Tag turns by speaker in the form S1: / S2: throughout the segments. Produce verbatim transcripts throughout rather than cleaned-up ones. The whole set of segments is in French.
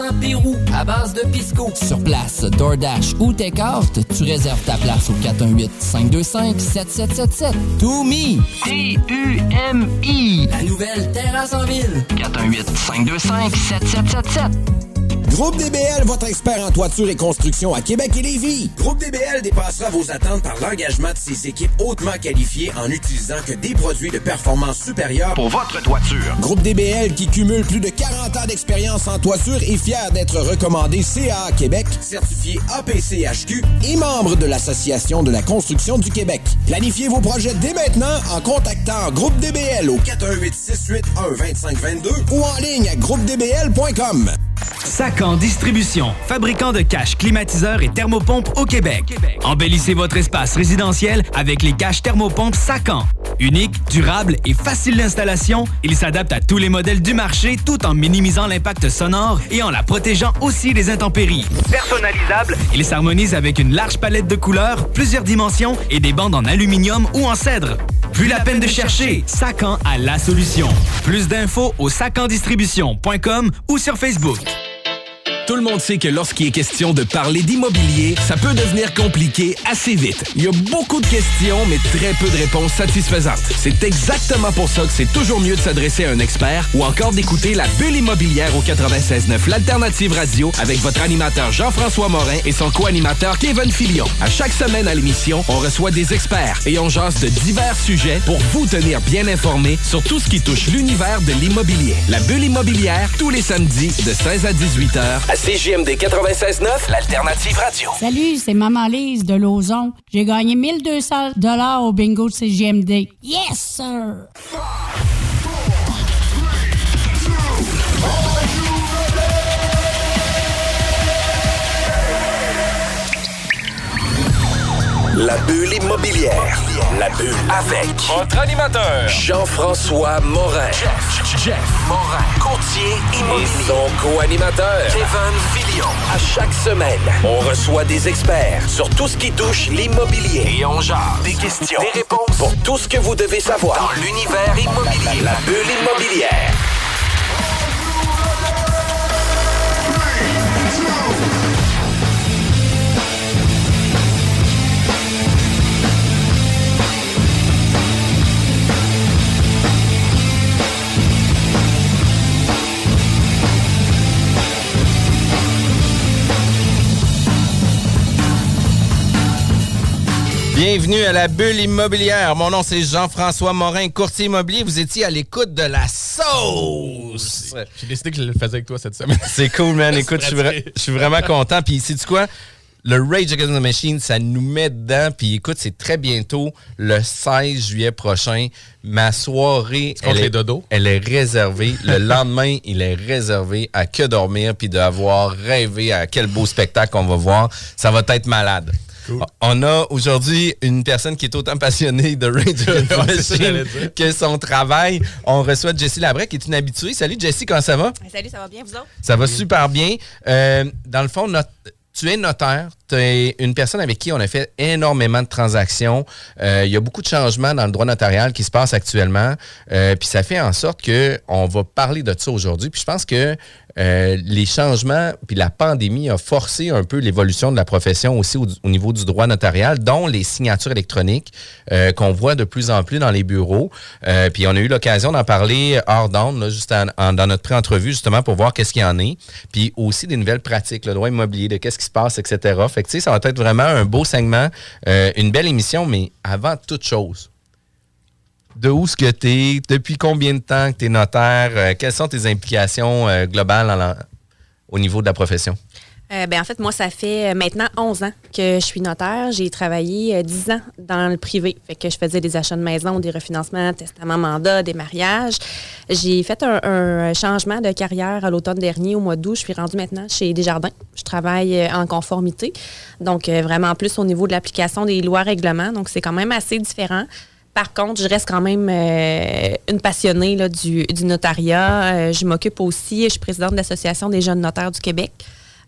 S1: en Pérou à base de pisco. Sur place, DoorDash ou Take-Out, tu réserves ta place au quatre un huit, cinq deux cinq, sept sept sept sept. To Me, T U M I, la nouvelle terrasse en ville. quatre un huit, cinq deux cinq, sept sept sept sept.
S2: Groupe D B L, votre expert en toiture et construction à Québec et Lévis. Groupe D B L dépassera vos attentes par l'engagement de ses équipes hautement qualifiées en n'utilisant que des produits de performance supérieure pour votre toiture. Groupe D B L, qui cumule plus de quarante ans d'expérience en toiture, est fier d'être recommandé C A A Québec, certifié A P C H Q et membre de l'Association de la construction du Québec. Planifiez vos projets dès maintenant en contactant Groupe D B L au quatre un huit, six huit un, deux cinq deux deux ou en ligne à groupe d b l point com.
S3: Sacan Distribution, fabricant de caches, climatiseurs et thermopompes au Québec. Embellissez votre espace résidentiel avec les caches thermopompes Sacan. Unique, durable et facile d'installation, il s'adapte à tous les modèles du marché tout en minimisant l'impact sonore et en la protégeant aussi des intempéries. Personnalisable, il s'harmonise avec une large palette de couleurs, plusieurs dimensions et des bandes en aluminium ou en cèdre. Plus la peine de chercher, Sacan a la solution. Plus d'infos au sacan distribution point com ou sur Facebook.
S4: Tout le monde sait que lorsqu'il est question de parler d'immobilier, ça peut devenir compliqué assez vite. Il y a beaucoup de questions, mais très peu de réponses satisfaisantes. C'est exactement pour ça que c'est toujours mieux de s'adresser à un expert ou encore d'écouter la Bulle immobilière au quatre-vingt-seize neuf, l'Alternative Radio, avec votre animateur Jean-François Morin et son co-animateur Kevin Filion. À chaque semaine à l'émission, on reçoit des experts et on jase de divers sujets pour vous tenir bien informés sur tout ce qui touche l'univers de l'immobilier. La Bulle immobilière, tous les samedis de seize à dix-huit heures à C J M D quatre-vingt-seize neuf, l'Alternative Radio.
S5: Salut, c'est Maman Lise de Lauson. J'ai gagné mille deux cents dollars au bingo de C J M D. Yes, sir!
S2: La Bulle immobilière. La Bulle avec
S4: Votre animateur,
S2: Jean-François Morin.
S4: Jeff, Jeff
S2: Morin, courtier immobilier. Et son co-animateur, Kevin Filion. À chaque semaine, on reçoit des experts sur tout ce qui touche l'immobilier. Et on jase des questions, des réponses pour tout ce que vous devez savoir dans l'univers immobilier. La, la, la Bulle immobilière.
S6: Bienvenue à la Bulle immobilière. Mon nom, c'est Jean-François Morin, courtier immobilier. Vous étiez à l'écoute de la sauce.
S7: J'ai décidé que je le faisais avec toi cette semaine.
S6: C'est cool, man. Écoute, je suis, vra- je suis vraiment content. Puis, sais-tu quoi? Le Rage Against the Machine, ça nous met dedans. Puis, écoute, c'est très bientôt, le seize juillet prochain. Ma soirée, elle est, elle est réservée. Le lendemain, il est réservé à Que dormir puis d'avoir rêvé à quel beau spectacle on va voir. Ça va être malade. Cool. On a aujourd'hui une personne qui est autant passionnée de Rage Against the Machine que son travail. On reçoit Jessie Labrec, qui est une habituée. Salut Jessie, comment ça va?
S8: Salut, ça va bien, vous autres?
S6: Ça va super bien. Euh, dans le fond, notre, tu es notaire. Tu es une personne avec qui on a fait énormément de transactions. Euh, il y a beaucoup de changements dans le droit notarial qui se passent actuellement. Euh, puis ça fait en sorte qu'on va parler de ça aujourd'hui. Puis je pense que Euh, les changements, puis la pandémie a forcé un peu l'évolution de la profession aussi au, au niveau du droit notarial, dont les signatures électroniques euh, qu'on voit de plus en plus dans les bureaux. Euh, puis on a eu l'occasion d'en parler hors d'onde, là, juste en, en, dans notre pré-entrevue, justement, pour voir qu'est-ce qu'il y en est. Puis aussi des nouvelles pratiques, le droit immobilier, de qu'est-ce qui se passe, et cetera. Fait que, tu sais, ça va être vraiment un beau segment, euh, une belle émission, mais avant toute chose, de où est-ce que tu es? Depuis combien de temps que tu es notaire? Euh, quelles sont tes implications euh, globales en, en, au niveau de la profession?
S8: Euh, ben, en fait, moi, ça fait maintenant onze ans que je suis notaire. J'ai travaillé euh, dix ans dans le privé. Fait que je faisais des achats de maison, des refinancements, testaments, mandats, des mariages. J'ai fait un, un changement de carrière à l'automne dernier, au mois d'août. Je suis rendue maintenant chez Desjardins. Je travaille euh, en conformité. Donc, euh, vraiment plus au niveau de l'application des lois règlements. Donc, c'est quand même assez différent. Par contre, je reste quand même euh, une passionnée là, du, du notariat. Euh, je m'occupe aussi, je suis présidente de l'Association des jeunes notaires du Québec.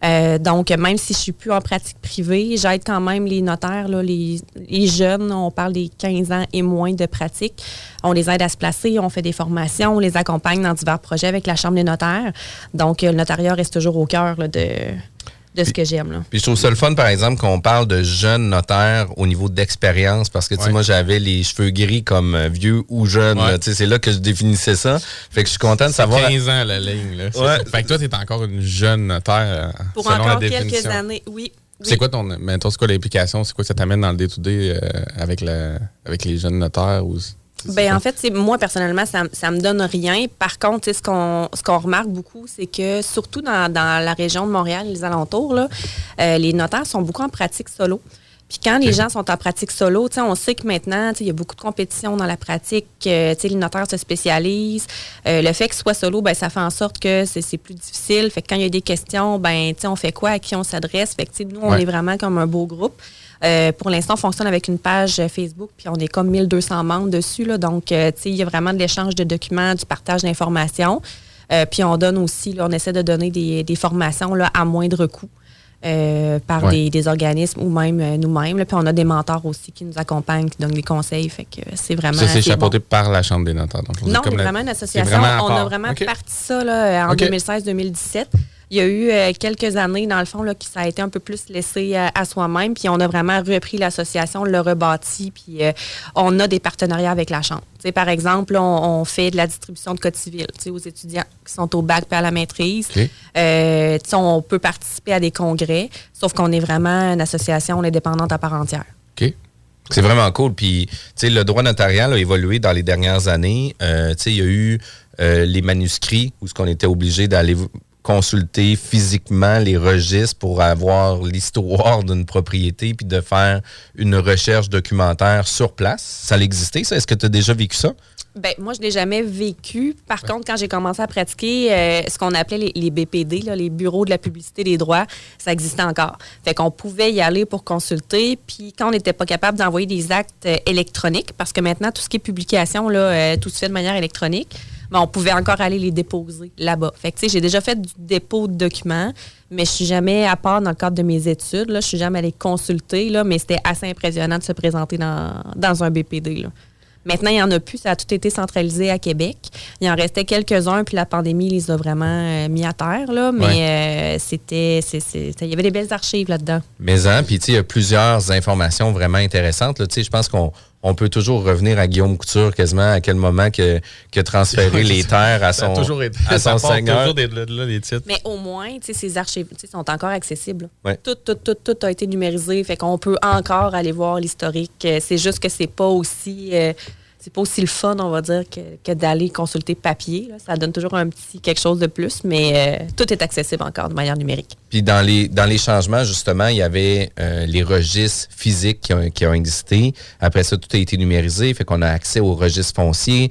S8: Euh, donc, même si je suis plus en pratique privée, j'aide quand même les notaires, là, les, les jeunes, on parle des quinze ans et moins de pratique. On les aide à se placer, on fait des formations, on les accompagne dans divers projets avec la Chambre des notaires. Donc, le notariat reste toujours au cœur là, de... de ce
S6: puis,
S8: que j'aime. Là.
S6: Puis je trouve ça le fun, par exemple, qu'on parle de jeunes notaires au niveau d'expérience, parce que, tu sais,
S7: ouais.
S6: moi, j'avais les cheveux gris comme vieux ou jeune.
S7: Ouais.
S6: Tu sais, c'est là que je définissais ça. Fait que je suis content de savoir...
S7: quinze ans, la ligne. Là.
S6: Ouais.
S7: Fait que toi, tu es encore une jeune notaire,
S8: Pour
S7: selon
S8: encore
S7: la
S8: quelques
S7: définition.
S8: années, oui.
S7: C'est
S8: oui.
S7: quoi ton... Mettons, c'est quoi l'implication? C'est quoi que ça t'amène dans le day-to-day euh, avec, la, avec les jeunes notaires? Ou...
S8: Ben, en fait, c'est, moi, personnellement, ça ne me donne rien. Par contre, ce qu'on, ce qu'on remarque beaucoup, c'est que surtout dans, dans la région de Montréal et les alentours, là, euh, les notaires sont beaucoup en pratique solo. Puis quand les gens sont en pratique solo, on sait que maintenant, il y a beaucoup de compétition dans la pratique. Euh, les notaires se spécialisent. Euh, le fait qu'ils soient solo, ben, ça fait en sorte que c'est, c'est plus difficile. Fait que quand il y a des questions, ben, on fait quoi, à qui on s'adresse? Fait que nous, on
S7: ouais.
S8: est vraiment comme un beau groupe. Euh, pour l'instant, on fonctionne avec une page Facebook, puis on est comme mille deux cents membres dessus. Là, donc, euh, il y a vraiment de l'échange de documents, du partage d'informations. Euh, puis on donne aussi, là, on essaie de donner des, des formations là, à moindre coût euh, par
S7: ouais.
S8: des, des organismes ou même euh, nous-mêmes. Là. Puis on a des mentors aussi qui nous accompagnent, qui donnent des conseils. Fait que c'est vraiment.
S7: Ça, c'est chapeauté
S8: bon.
S7: par la Chambre des notaires. Donc,
S8: non,
S7: comme
S8: c'est
S7: la...
S8: vraiment une association.
S7: Vraiment
S8: on a vraiment
S7: okay.
S8: parti ça là, en
S7: okay.
S8: deux mille seize deux mille dix-sept. Il y a eu euh, quelques années, dans le fond, là, qui ça a été un peu plus laissé euh, à soi-même. Puis on a vraiment repris l'association, le rebâti. Puis euh, on a des partenariats avec la Chambre. T'sais, par exemple, on, on fait de la distribution de code civil aux étudiants qui sont au bac et à la maîtrise.
S7: Okay.
S8: Euh, on peut participer à des congrès, sauf qu'on est vraiment une association, on est dépendante à part entière.
S7: OK.
S6: C'est vraiment cool. Puis, tu sais, le droit notarial a évolué dans les dernières années. Euh, tu sais, il y a eu euh, les manuscrits où ce qu'on était obligé d'aller consulter physiquement les registres pour avoir l'histoire d'une propriété puis de faire une recherche documentaire sur place. Ça l'existait, ça? Est-ce que tu as déjà vécu ça?
S8: Ben, moi, je ne l'ai jamais vécu. Par ouais. contre, quand j'ai commencé à pratiquer euh, ce qu'on appelait les, les B P D, là, les bureaux de la publicité des droits, ça existait encore. Fait qu'on pouvait y aller pour consulter. Puis quand on n'était pas capable d'envoyer des actes euh, électroniques, parce que maintenant, tout ce qui est publication, là, euh, tout se fait de manière électronique, ben, on pouvait encore aller les déposer là-bas. Fait que, tu sais, j'ai déjà fait du dépôt de documents, mais je suis jamais, à part dans le cadre de mes études, là, je suis jamais allée consulter, là, mais c'était assez impressionnant de se présenter dans, dans un B P D, là. Maintenant, il n'y en a plus. Ça a tout été centralisé à Québec. Il en restait quelques-uns, puis la pandémie les a vraiment euh, mis à terre. Là, mais ouais. euh, c'était, c'est, c'est, il y avait des belles archives là-dedans.
S6: Mais hein, puis tu sais, il y a plusieurs informations vraiment intéressantes. Tu sais, je pense qu'on on peut toujours revenir à Guillaume Couture quasiment à quel moment que, que transférer les terres à son,
S7: toujours été,
S6: à son seigneur.
S7: Toujours des, là, là, les titres.
S8: Mais au moins, tu sais, ces archives sont encore accessibles.
S6: Ouais.
S8: Tout, tout, tout, tout a été numérisé. Fait qu'on peut encore aller voir l'historique. C'est juste que c'est pas aussi... Euh, C'est pas aussi le fun, on va dire, que, que d'aller consulter papier. Là. Ça donne toujours un petit quelque chose de plus, mais euh, tout est accessible encore de manière numérique.
S6: Puis dans les dans les changements, justement, il y avait euh, les registres physiques qui ont, qui ont existé. Après ça, tout a été numérisé, fait qu'on a accès aux registres fonciers.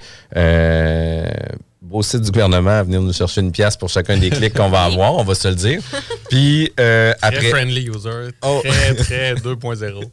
S6: Euh, beau site du gouvernement à venir nous chercher une pièce pour chacun des clics qu'on va avoir, on va se le dire. Puis euh,
S7: très
S6: après...
S7: friendly user,
S6: oh.
S7: très, très deux point zéro.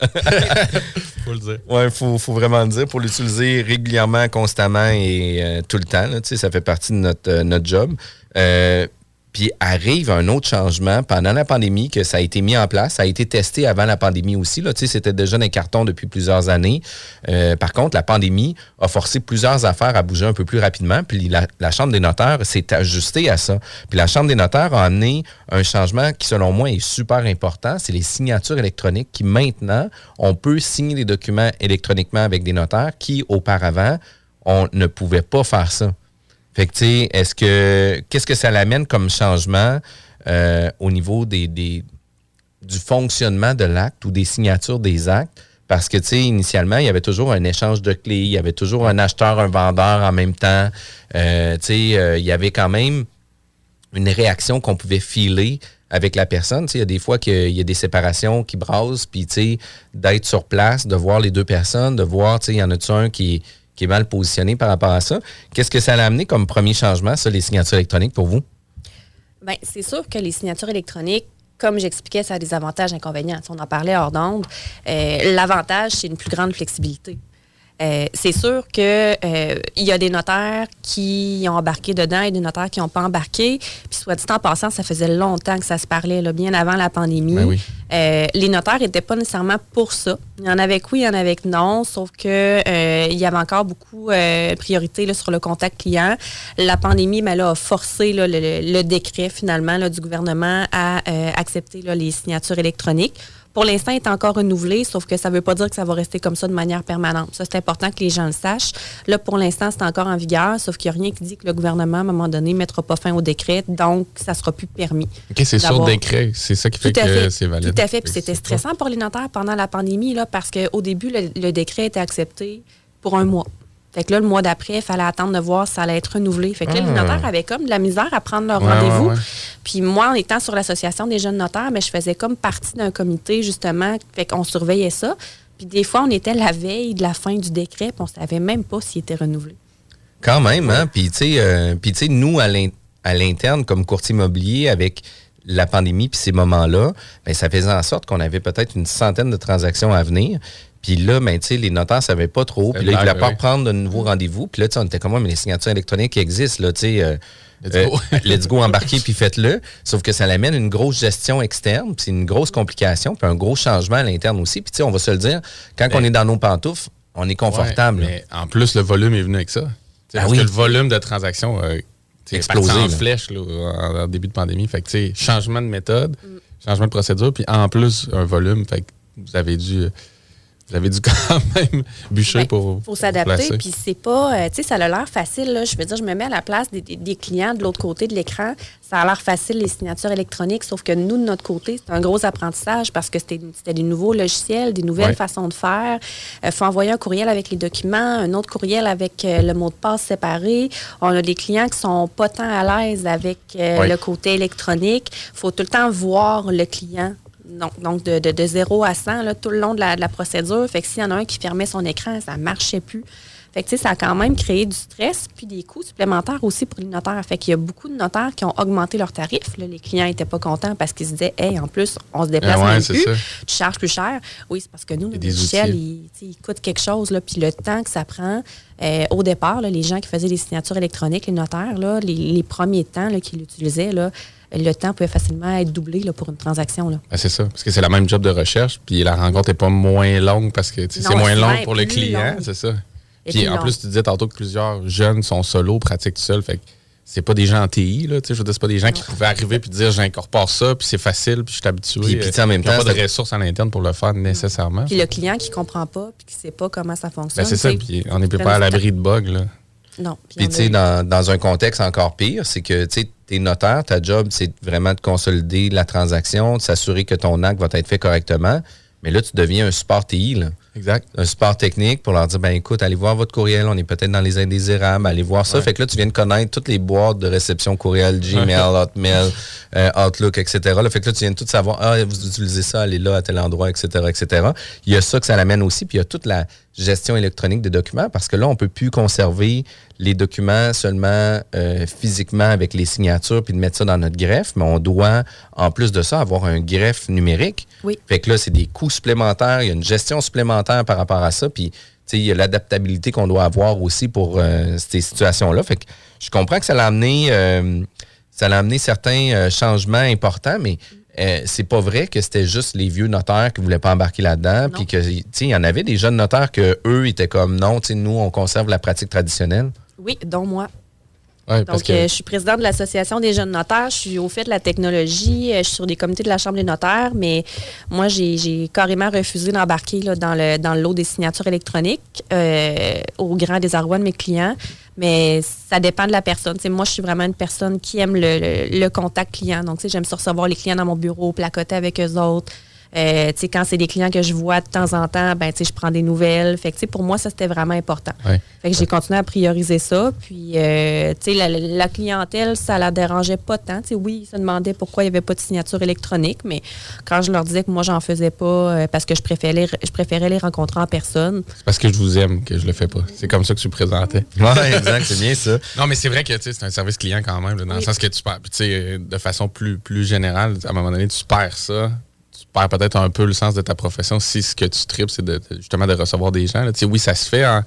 S7: Faut le dire.
S6: Oui, il faut, faut vraiment le dire. Pour l'utiliser régulièrement, constamment et euh, tout le temps, là, ça fait partie de notre, euh, notre job. Euh, Puis arrive un autre changement pendant la pandémie que ça a été mis en place. Ça a été testé avant la pandémie aussi. Là. C'était déjà dans les cartons depuis plusieurs années. Euh, par contre, la pandémie a forcé plusieurs affaires à bouger un peu plus rapidement. Puis la, la Chambre des notaires s'est ajustée à ça. Puis la Chambre des notaires a amené un changement qui, selon moi, est super important. C'est les signatures électroniques qui, maintenant, on peut signer les documents électroniquement avec des notaires qui, auparavant, on ne pouvait pas faire ça. Fait que, tu sais, est-ce que, qu'est-ce que ça l'amène comme changement euh, au niveau des, des, du fonctionnement de l'acte ou des signatures des actes? Parce que, tu sais, initialement, il y avait toujours un échange de clés, il y avait toujours un acheteur, un vendeur en même temps. Euh, tu sais, euh, il y avait quand même une réaction qu'on pouvait filer avec la personne. Tu sais, il y a des fois qu'il y a des séparations qui brassent, puis, tu sais, d'être sur place, de voir les deux personnes, de voir, tu sais, il y en a-tu un qui qui est mal positionné par rapport à ça. Qu'est-ce que ça a amené comme premier changement, ça, les signatures électroniques, pour vous?
S8: Bien, c'est sûr que les signatures électroniques, comme j'expliquais, ça a des avantages et inconvénients. On en parlait hors d'onde. Euh, l'avantage, c'est une plus grande flexibilité. Euh, c'est sûr qu'il euh, y a des notaires qui ont embarqué dedans et des notaires qui n'ont pas embarqué. Puis soit dit en passant, ça faisait longtemps que ça se parlait, là, bien avant la pandémie.
S7: Ben oui.
S8: Euh, les notaires n'étaient pas nécessairement pour ça. Il y en avait que oui, il y en avait que non, sauf que euh, il y avait encore beaucoup de euh, priorité là, sur le contact client. La pandémie ben, là, a forcé là, le, le, le décret finalement là, du gouvernement à euh, accepter là, les signatures électroniques. Pour l'instant, il est encore renouvelé, sauf que ça ne veut pas dire que ça va rester comme ça de manière permanente. Ça, c'est important que les gens le sachent. Là, pour l'instant, c'est encore en vigueur, sauf qu'il n'y a rien qui dit que le gouvernement, à un moment donné, ne mettra pas fin au décret, donc ça ne sera plus permis.
S7: OK, c'est sur décret. C'est ça qui fait
S8: Tout
S7: que
S8: fait.
S7: c'est valide.
S8: Tout à fait. Puis c'était stressant pour les notaires pendant la pandémie, là, parce qu'au début, le, le décret était accepté pour un mois. Fait que là, le mois d'après, il fallait attendre de voir si ça allait être renouvelé. Fait que là, ah. les notaires avaient comme de la misère à prendre leur
S7: ouais,
S8: rendez-vous.
S7: Ouais, ouais.
S8: Puis moi, en étant sur l'Association des jeunes notaires, mais je faisais comme partie d'un comité, justement, fait qu'on surveillait ça. Puis des fois, on était la veille de la fin du décret, puis on ne savait même pas s'il était renouvelé.
S6: Quand même, hein? Puis, tu sais, euh, nous, à l'interne, comme courtier immobilier, avec la pandémie puis ces moments-là, bien, ça faisait en sorte qu'on avait peut-être une centaine de transactions à venir. Puis là, ben, tu sais, les notaires ne savaient pas trop. Puis là, ils ne voulaient pas prendre de nouveaux rendez-vous. Puis là, on était comme, mais les signatures électroniques existent, là, tu sais. Euh, let's go. Euh, let's go, embarquez, puis faites-le. Sauf que ça l'amène une grosse gestion externe, puis c'est une grosse complication, puis un gros changement à l'interne aussi. Puis tu sais, on va se le dire, quand ben, on est dans nos pantoufles, on est confortable.
S7: Ouais, mais en plus, le volume est venu avec ça. Ah parce oui. que le volume de transactions euh, explosé en flèche là, en, en début de pandémie. Fait que, tu sais, changement de méthode, mm. changement de procédure, puis en plus, un volume. Fait que vous avez dû... Vous avez dû quand même bûcher ben, pour.
S8: Il faut s'adapter, puis c'est pas. Euh, tu sais, ça a l'air facile, là. Je veux dire, je me mets à la place des, des, des clients de l'autre côté de l'écran. Ça a l'air facile, les signatures électroniques, sauf que nous, de notre côté, c'est un gros apprentissage parce que c'était, c'était des nouveaux logiciels, des nouvelles ouais. façons de faire. Il euh, faut envoyer un courriel avec les documents, un autre courriel avec euh, le mot de passe séparé. On a des clients qui sont pas tant à l'aise avec euh, ouais. le côté électronique. Il faut tout le temps voir le client. Donc, donc de, de, de zéro à cent, là, tout le long de la, de la procédure. Fait que s'il y en a un qui fermait son écran, ça ne marchait plus. Fait que, tu sais, ça a quand même créé du stress puis des coûts supplémentaires aussi pour les notaires. Fait qu'il y a beaucoup de notaires qui ont augmenté leurs tarifs. Là, les clients n'étaient pas contents parce qu'ils se disaient, hey, en plus, on se déplace
S7: ah ouais,
S8: même plus,
S7: ça.
S8: Tu charges plus cher. Oui, c'est parce que nous, le logiciel, il, il coûte quelque chose. Là, puis le temps que ça prend, euh, au départ, là, les gens qui faisaient les signatures électroniques, les notaires, là, les, les premiers temps là, qu'ils l'utilisaient, là, le temps pouvait facilement être doublé là, pour une transaction. Là.
S7: Ben c'est ça, parce que c'est la même job de recherche, puis la rencontre n'est pas moins longue parce que non, c'est moins long pour le client, long. C'est ça. Et puis en long. Plus, tu disais tantôt que plusieurs jeunes sont solos, pratiquent tout seuls, fait que c'est pas des gens en T I, là, je veux dire, c'est pas des gens non. qui pouvaient arriver puis dire j'incorpore ça, puis c'est facile, puis je suis habitué.
S6: Puis, puis en même temps,
S7: il n'y a pas de ressources à l'interne pour le faire nécessairement.
S8: Puis le client qui comprend pas, puis qui sait pas comment ça fonctionne.
S7: Ben c'est ça, puis on n'est pas à l'abri de bugs, là.
S8: Non.
S6: Puis, tu sais, dans, dans un contexte encore pire, c'est que, tu sais, t'es notaire, ta job, c'est vraiment de consolider la transaction, de s'assurer que ton acte va être fait correctement. Mais là, tu deviens un support T I, là.
S7: Exact.
S6: Un support technique pour leur dire, ben écoute, allez voir votre courriel, on est peut-être dans les indésirables, allez voir ça. Ouais. Fait que là, tu viens de connaître toutes les boîtes de réception courriel, Gmail, Hotmail, euh, Outlook, et cetera. Là, fait que là, tu viens de tout savoir, ah, vous utilisez ça, allez là, à tel endroit, et cetera, et cetera. Il y a ça que ça l'amène aussi, puis il y a toute la gestion électronique des documents, parce que là, on ne peut plus conserver les documents seulement euh, physiquement avec les signatures puis de mettre ça dans notre greffe, mais on doit, en plus de ça, avoir un greffe numérique.
S8: Oui.
S6: Fait que là, c'est des coûts supplémentaires, il y a une gestion supplémentaire par rapport à ça, puis il y a l'adaptabilité qu'on doit avoir aussi pour euh, ces situations-là. Fait que je comprends que ça l'a amené, euh, ça l'a amené certains euh, changements importants, mais Euh, c'est pas vrai que c'était juste les vieux notaires qui voulaient pas embarquer là-dedans, puis que, tu sais, il y en avait des jeunes notaires que eux étaient comme non, tu sais, nous, on conserve la pratique traditionnelle.
S8: Oui, dont moi.
S7: Ouais,
S8: Donc, que... euh, je suis présidente de l'Association des jeunes notaires. Je suis au fait de la technologie. Je suis sur des comités de la Chambre des notaires, mais moi, j'ai, j'ai carrément refusé d'embarquer là, dans, le, dans le lot des signatures électroniques euh, au grand désarroi de mes clients. Mais ça dépend de la personne. T'sais, moi, je suis vraiment une personne qui aime le, le, le contact client. Donc, j'aime ça recevoir les clients dans mon bureau, placoter avec eux autres. Euh, quand c'est des clients que je vois de temps en temps, ben, je prends des nouvelles. Fait que, pour moi, ça, c'était vraiment important.
S7: Ouais.
S8: Fait que j'ai continué à prioriser ça. Puis, euh, la, la clientèle, ça la dérangeait pas tant. T'sais, oui, ils se demandaient pourquoi il n'y avait pas de signature électronique, mais quand je leur disais que moi, j'en faisais pas euh, parce que je préférais, je préférais les rencontrer en personne.
S7: C'est parce que je vous aime que je le fais pas. C'est comme ça que tu présentais.
S6: Oui, exact, c'est bien ça.
S7: Non, mais c'est vrai que c'est un service client quand même, là, dans oui. le sens que tu perds. De façon plus, plus générale, à un moment donné, tu perds ça. tu perds peut-être un peu le sens de ta profession si ce que tu tripes, c'est de, justement de recevoir des gens. Là. Oui, ça se fait en,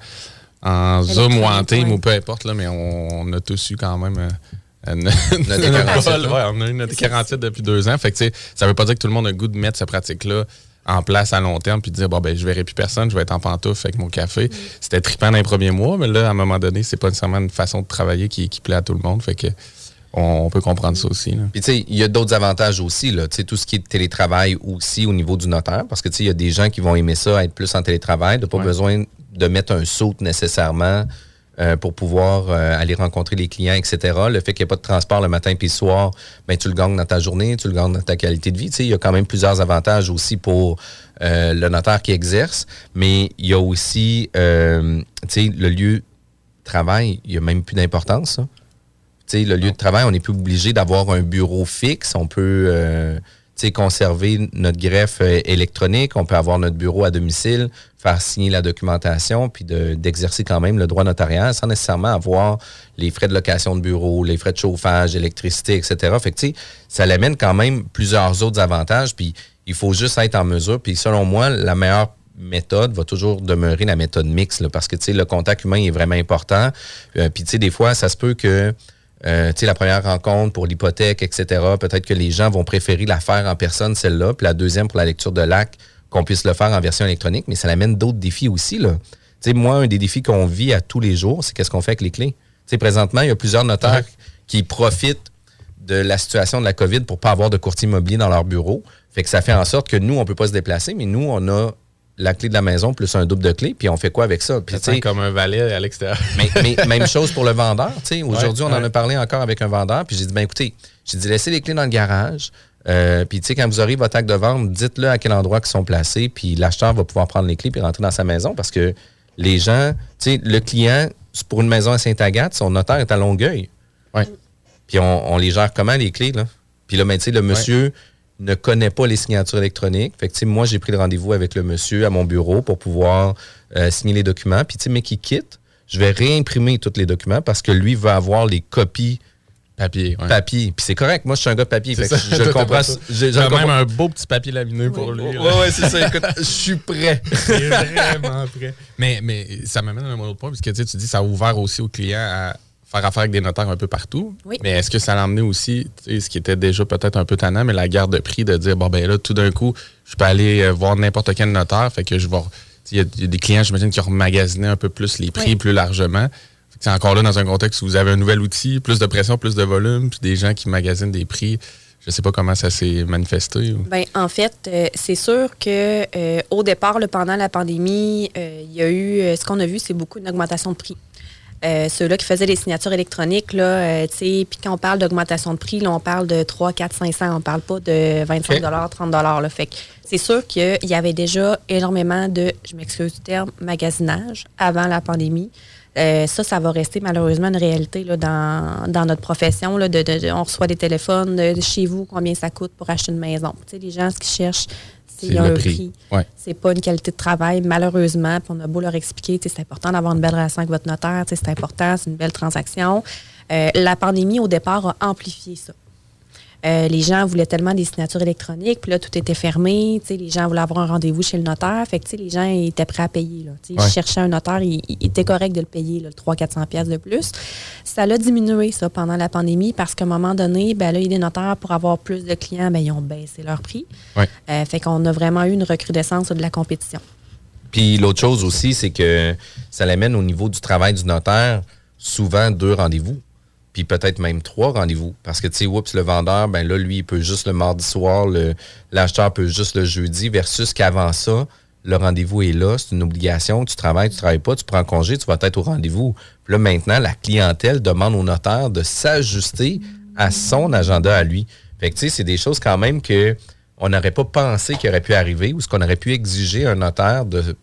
S7: en Zoom ou en Team ouais. ou peu importe, là, mais on, on a tous eu quand même... Euh, Une, notre quarante-huit, ouais, on a eu notre quarante-huit depuis deux ans. Fait que, ça veut pas dire que tout le monde a le goût de mettre cette pratique-là en place à long terme puis de dire bon ben je verrai plus personne, je vais être en pantoufle avec mon café. Mm. C'était trippant dans les premiers mois, mais là, à un moment donné, c'est pas nécessairement une façon de travailler qui, qui plaît à tout le monde. Fait que on, on peut comprendre ça aussi. Puis
S6: tu sais, il y a d'autres avantages aussi, là. Tu sais, tout ce qui est télétravail aussi au niveau du notaire, parce que tu sais, il y a des gens qui vont aimer ça, être plus en télétravail, de pas ouais. besoin de mettre un saut nécessairement. Euh, pour pouvoir euh, aller rencontrer les clients, et cetera. Le fait qu'il n'y ait pas de transport le matin puis le soir, ben, tu le gagnes dans ta journée, tu le gagnes dans ta qualité de vie. Tu sais, il y a quand même plusieurs avantages aussi pour euh, le notaire qui exerce, mais il y a aussi euh, tu sais, le lieu de travail, il n'y a même plus d'importance. Tu sais, le lieu de travail, on n'est plus obligé d'avoir un bureau fixe. On peut euh, tu sais, conserver notre greffe euh, électronique, on peut avoir notre bureau à domicile, faire signer la documentation, puis de, d'exercer quand même le droit notarial sans nécessairement avoir les frais de location de bureau, les frais de chauffage, électricité, et cetera. Fait que, tu sais, ça l'amène quand même plusieurs autres avantages, puis il faut juste être en mesure. Puis selon moi, la meilleure méthode va toujours demeurer la méthode mixte, là, parce que, tu sais, le contact humain est vraiment important. Euh, puis, tu sais, des fois, ça se peut que Euh, tu sais, la première rencontre pour l'hypothèque, et cetera, peut-être que les gens vont préférer la faire en personne, celle-là, puis la deuxième pour la lecture de l'acte, qu'on puisse le faire en version électronique, mais ça amène d'autres défis aussi, là. Tu sais, moi, un des défis qu'on vit à tous les jours, c'est qu'est-ce qu'on fait avec les clés. Tu sais, présentement, il y a plusieurs notaires ouais. qui profitent de la situation de la COVID pour pas avoir de courtier immobilier dans leur bureau. Fait que ça fait en sorte que nous, on peut pas se déplacer, mais nous, on a la clé de la maison plus un double de clés, puis on fait quoi avec ça? Puis,
S7: ça comme un valet à l'extérieur.
S6: mais, mais même chose pour le vendeur. Aujourd'hui, ouais, on ouais. en a parlé encore avec un vendeur, puis j'ai dit, ben écoutez, j'ai dit, laissez les clés dans le garage, euh, puis quand vous aurez votre acte de vente, dites-le à quel endroit ils sont placés, puis l'acheteur va pouvoir prendre les clés puis rentrer dans sa maison, parce que les gens, tu sais, le client, c'est pour une maison à Sainte-Agathe, son notaire est à Longueuil.
S7: Ouais.
S6: Puis on, on les gère comment, les clés, là? Puis là, ben, tu sais, le monsieur... Ouais. ne connaît pas les signatures électroniques. Fait que, moi, j'ai pris le rendez-vous avec le monsieur à mon bureau pour pouvoir euh, signer les documents. Puis, tu sais, mais qui quitte, je vais réimprimer tous les documents parce que lui veut avoir les copies
S7: papier. Ouais.
S6: Papier. Puis c'est correct. Moi, je suis un gars de papier. Fait que je, je comprends.
S7: J'ai quand même un beau petit papier laminé pour
S6: oui.
S7: lui.
S6: Oui, oui, c'est ça. Écoute, je suis prêt.
S7: C'est vraiment prêt. Mais, mais ça m'amène à un autre point, parce que tu dis, ça a ouvert aussi aux clients à faire affaire avec des notaires un peu partout.
S8: Oui.
S7: Mais est-ce que ça l'a amené aussi, ce qui était déjà peut-être un peu tannant, mais la guerre de prix, de dire, bon, ben là, tout d'un coup, je peux aller voir n'importe quel notaire, fait que je vais... Il y, y a des clients, j'imagine, qui ont remagasiné un peu plus les prix oui. plus largement. C'est encore là dans un contexte où vous avez un nouvel outil, plus de pression, plus de volume, puis des gens qui magasinent des prix. Je ne sais pas comment ça s'est manifesté. Ou...
S8: Bien, en fait, euh, c'est sûr que euh, au départ, là, pendant la pandémie, euh, il y a eu, euh, ce qu'on a vu, c'est beaucoup une augmentation de prix. Euh, ceux-là qui faisaient des signatures électroniques, là, euh, tu sais, puis quand on parle d'augmentation de prix, là, on parle de trois, quatre, cinq cents, on parle pas de vingt-cinq dollars, okay. trente dollars. Là. Fait que c'est sûr qu'il y avait déjà énormément de, je m'excuse du terme, magasinage avant la pandémie. Euh, ça, ça va rester malheureusement une réalité là, dans, dans notre profession. Là, de, de, de, on reçoit des téléphones de, de chez vous, combien ça coûte pour acheter une maison. Tu sais, les gens, ce qu'ils cherchent, c'est, c'est un prix. prix.
S7: Ouais.
S8: C'est pas une qualité de travail, malheureusement. Puis on a beau leur expliquer, c'est important d'avoir une belle relation avec votre notaire, c'est important, c'est une belle transaction. Euh, la pandémie, au départ, a amplifié ça. Euh, les gens voulaient tellement des signatures électroniques, puis là, tout était fermé. Les gens voulaient avoir un rendez-vous chez le notaire. Fait que les gens étaient prêts à payer. Là, ils ouais. cherchaient un notaire, il, il était correct de le payer, là, le trois cents à quatre cents dollars de plus. Ça l'a diminué, ça, pendant la pandémie, parce qu'à un moment donné, ben, là, il y a des notaires, pour avoir plus de clients, ben, ils ont baissé leur prix.
S7: Ouais.
S8: Euh, fait qu'on a vraiment eu une recrudescence là, de la compétition.
S6: Puis l'autre chose aussi, c'est que ça l'amène au niveau du travail du notaire, souvent deux rendez-vous. Puis peut-être même trois rendez-vous. Parce que, tu sais, oups, le vendeur, ben là, lui, il peut juste le mardi soir, le, l'acheteur peut juste le jeudi, versus qu'avant ça, le rendez-vous est là, c'est une obligation, tu travailles, tu travailles pas, tu prends congé, tu vas être au rendez-vous. Puis là, maintenant, la clientèle demande au notaire de s'ajuster à son agenda à lui. Fait que, tu sais, c'est des choses quand même que on n'aurait pas pensé qu'il aurait pu arriver, ou ce qu'on aurait pu exiger un notaire de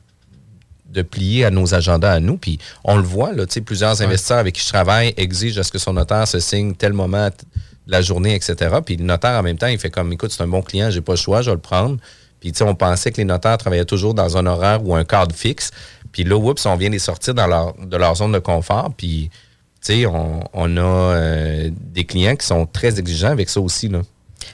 S6: de plier à nos agendas à nous. Puis on le voit, là, tu sais, plusieurs investisseurs avec qui je travaille exigent à ce que son notaire se signe tel moment de la journée, et cetera. Puis le notaire, en même temps, il fait comme, écoute, c'est un bon client, j'ai pas le choix, je vais le prendre. Puis, tu sais, on pensait que les notaires travaillaient toujours dans un horaire ou un cadre fixe. Puis là, oups, on vient les sortir dans leur, de leur zone de confort. Puis, tu sais, on, on a euh, des clients qui sont très exigeants avec ça aussi, là.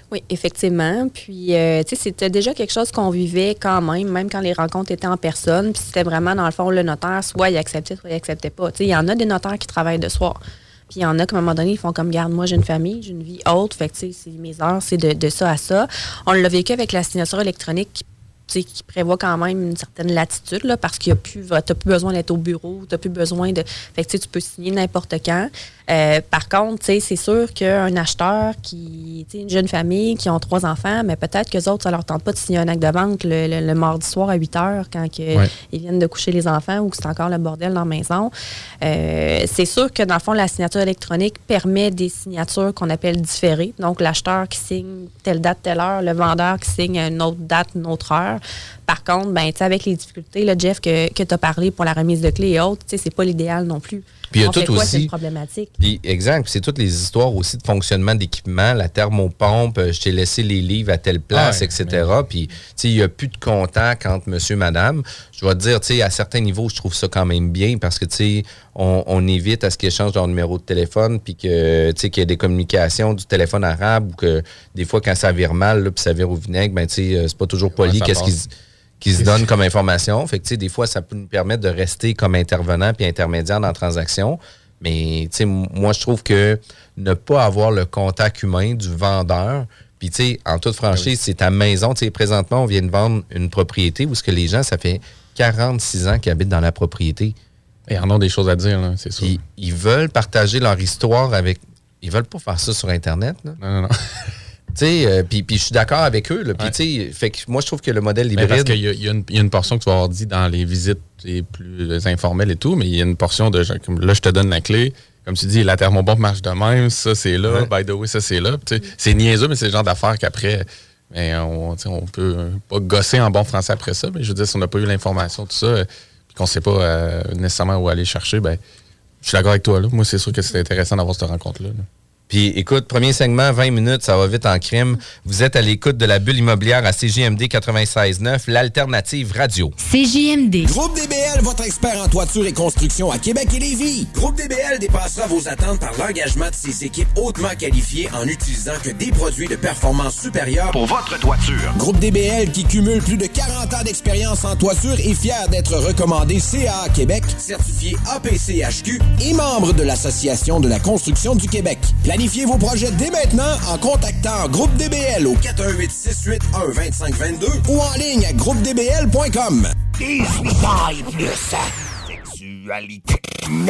S8: Oui, effectivement. Puis, euh, tu sais, c'était déjà quelque chose qu'on vivait quand même, même quand les rencontres étaient en personne. Puis, c'était vraiment, dans le fond, le notaire, soit il acceptait, soit il acceptait pas. Tu sais, il y en a des notaires qui travaillent de soir. Puis, il y en a qu'à un moment donné, ils font comme, garde, moi, j'ai une famille, j'ai une vie haute. Fait que, tu sais, c'est mes heures, c'est de, de ça à ça. On l'a vécu avec la signature électronique qui qui prévoit quand même une certaine latitude, là, parce qu'il y a plus, tu n'as plus besoin d'être au bureau, tu n'as plus besoin de... Fait que tu peux signer n'importe quand. Euh, par contre, c'est sûr qu'un acheteur qui, une jeune famille qui ont trois enfants, mais peut-être qu'eux autres, ça leur tente pas de signer un acte de vente le, le, le mardi soir à huit heures quand que ouais. ils viennent de coucher les enfants ou que c'est encore le bordel dans la maison. Euh, c'est sûr que, dans le fond, la signature électronique permet des signatures qu'on appelle différées. Donc, l'acheteur qui signe telle date, telle heure, le vendeur qui signe à une autre date, une autre heure. Par contre, ben, avec les difficultés, là, Jeff, que, que tu as parlé pour la remise de clés et autres, c'est pas l'idéal non plus.
S6: Puis il y a
S8: on
S6: tout
S8: fait quoi,
S6: aussi.
S8: c'est une problématique.
S6: Puis, exact. Puis c'est toutes les histoires aussi de fonctionnement d'équipement, la thermopompe, je t'ai laissé les livres à telle place, ouais, et cetera. Mais... Puis, tu sais, il n'y a plus de contact entre monsieur et madame. Je dois te dire, tu sais, à certains niveaux, je trouve ça quand même bien parce que, tu sais, on, on évite à ce qu'ils échangent leur numéro de téléphone puis que, tu sais, qu'il y ait des communications du téléphone arabe ou que des fois, quand ça vire mal, là, puis ça vire au vinaigre, ben, tu sais, c'est pas toujours poli. Ouais, qu'est-ce qu'ils qui se donnent comme information. Fait que, tu sais, des fois, ça peut nous permettre de rester comme intervenant puis intermédiaire dans la transaction. Mais, tu sais, moi, je trouve que ne pas avoir le contact humain du vendeur, puis, tu sais, en toute franchise, oui. c'est ta maison. Tu sais, présentement, on vient de vendre une propriété où ce que les gens, ça fait quarante-six ans qu'ils habitent dans la propriété.
S7: Ils en ont des choses à dire, là, c'est sûr.
S6: Ils, ils veulent partager leur histoire avec... Ils veulent pas faire ça sur Internet, là.
S7: Non, non, non.
S6: Tu sais, euh, puis je suis d'accord avec eux. Puis, ouais. tu sais, fait que moi, je trouve que le modèle hybride...
S7: Mais parce qu'il y, y, y a une portion que tu vas avoir dit dans les visites les plus informelles et tout, mais il y a une portion de... Comme, là, je te donne la clé. Comme tu dis, la thermobombe marche de même. Ça, c'est là. Ouais. By the way, ça, c'est là. Tu sais, c'est niaiseux, mais c'est le genre d'affaires qu'après... Mais on, on peut euh, pas gosser en bon français après ça. Mais je veux dire, si on n'a pas eu l'information, tout ça, euh, puis qu'on ne sait pas euh, nécessairement où aller chercher, ben je suis d'accord avec toi. Là. Moi, c'est sûr que c'est intéressant d'avoir cette rencontre-là. Là.
S6: Puis, écoute, premier segment, vingt minutes, ça va vite en crime. Vous êtes à l'écoute de la bulle immobilière à C J M D quatre-vingt-seize neuf, l'alternative radio.
S5: C J M D.
S2: Groupe D B L, votre expert en toiture et construction à Québec et Lévis. Groupe D B L dépassera vos attentes par l'engagement de ses équipes hautement qualifiées en utilisant que des produits de performance supérieure pour votre toiture. Groupe D B L, qui cumule plus de quarante ans d'expérience en toiture, est fier d'être recommandé C A A Québec, certifié A P C H Q et membre de l'Association de la construction du Québec. Planifiez vos projets dès maintenant en contactant Groupe D B L au quatre un huit, six huit un, deux cinq deux deux ou en ligne à groupe d b l point com.
S9: dix-huit plus sexualité. Non!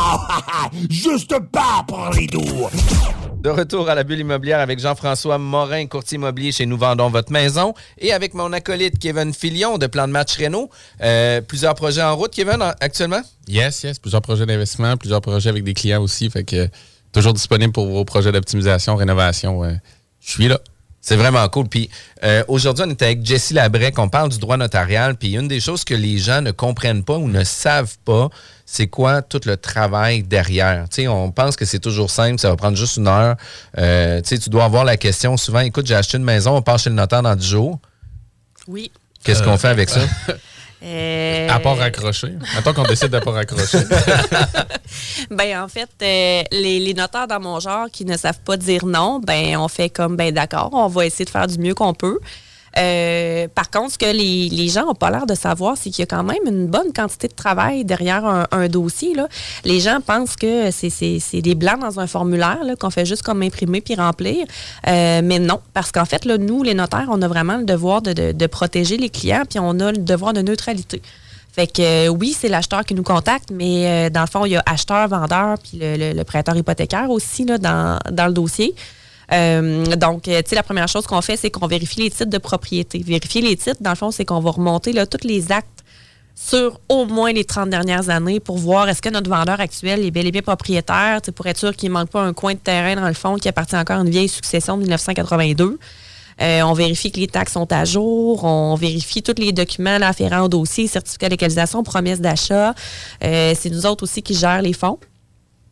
S9: Juste pas pour les doux!
S6: De retour à la bulle immobilière avec Jean-François Morin, courtier immobilier chez Nous Vendons Votre Maison, et avec mon acolyte Kevin Filion de Plan de Match Réno. Euh, plusieurs projets en route, Kevin, en, actuellement?
S7: Yes, yes. Plusieurs projets d'investissement, plusieurs projets avec des clients aussi. Fait que toujours disponible pour vos projets d'optimisation, rénovation. Euh, je suis là.
S6: C'est vraiment cool. Puis euh, aujourd'hui, on est avec Jessie Labrec, on parle du droit notarial. Puis une des choses que les gens ne comprennent pas ou ne savent pas, c'est quoi tout le travail derrière. Tu sais, on pense que c'est toujours simple, ça va prendre juste une heure. Euh, tu sais, tu dois avoir la question souvent, écoute, j'ai acheté une maison, on part chez le notaire dans dix jours.
S8: Oui.
S6: Qu'est-ce euh, qu'on fait avec ça?
S8: Euh...
S7: À pas raccrocher. Attends qu'on décide de pas raccrocher.
S8: Ben en fait, euh, les, les notaires dans mon genre qui ne savent pas dire non, ben on fait comme, ben d'accord, on va essayer de faire du mieux qu'on peut. Euh, par contre, ce que les, les gens n'ont pas l'air de savoir, c'est qu'il y a quand même une bonne quantité de travail derrière un, un dossier. Là. Les gens pensent que c'est, c'est, c'est des blancs dans un formulaire là, qu'on fait juste comme imprimer puis remplir. Euh, mais non, parce qu'en fait, là, nous, les notaires, on a vraiment le devoir de, de, de protéger les clients puis on a le devoir de neutralité. Fait que euh, oui, c'est l'acheteur qui nous contacte, mais euh, dans le fond, il y a acheteur, vendeur puis le, le, le prêteur hypothécaire aussi là, dans, dans le dossier. Euh, donc, tu sais, la première chose qu'on fait, c'est qu'on vérifie les titres de propriété. Vérifier les titres, dans le fond, c'est qu'on va remonter là, tous les actes sur au moins les trente dernières années pour voir est-ce que notre vendeur actuel est bel et bien propriétaire, pour être sûr qu'il ne manque pas un coin de terrain dans le fond qui appartient encore à une vieille succession de dix-neuf cent quatre-vingt-deux. Euh, on vérifie que les taxes sont à jour, on vérifie tous les documents là, afférents au dossier, certificat de localisation, promesse d'achat. Euh, c'est nous autres aussi qui gèrent les fonds.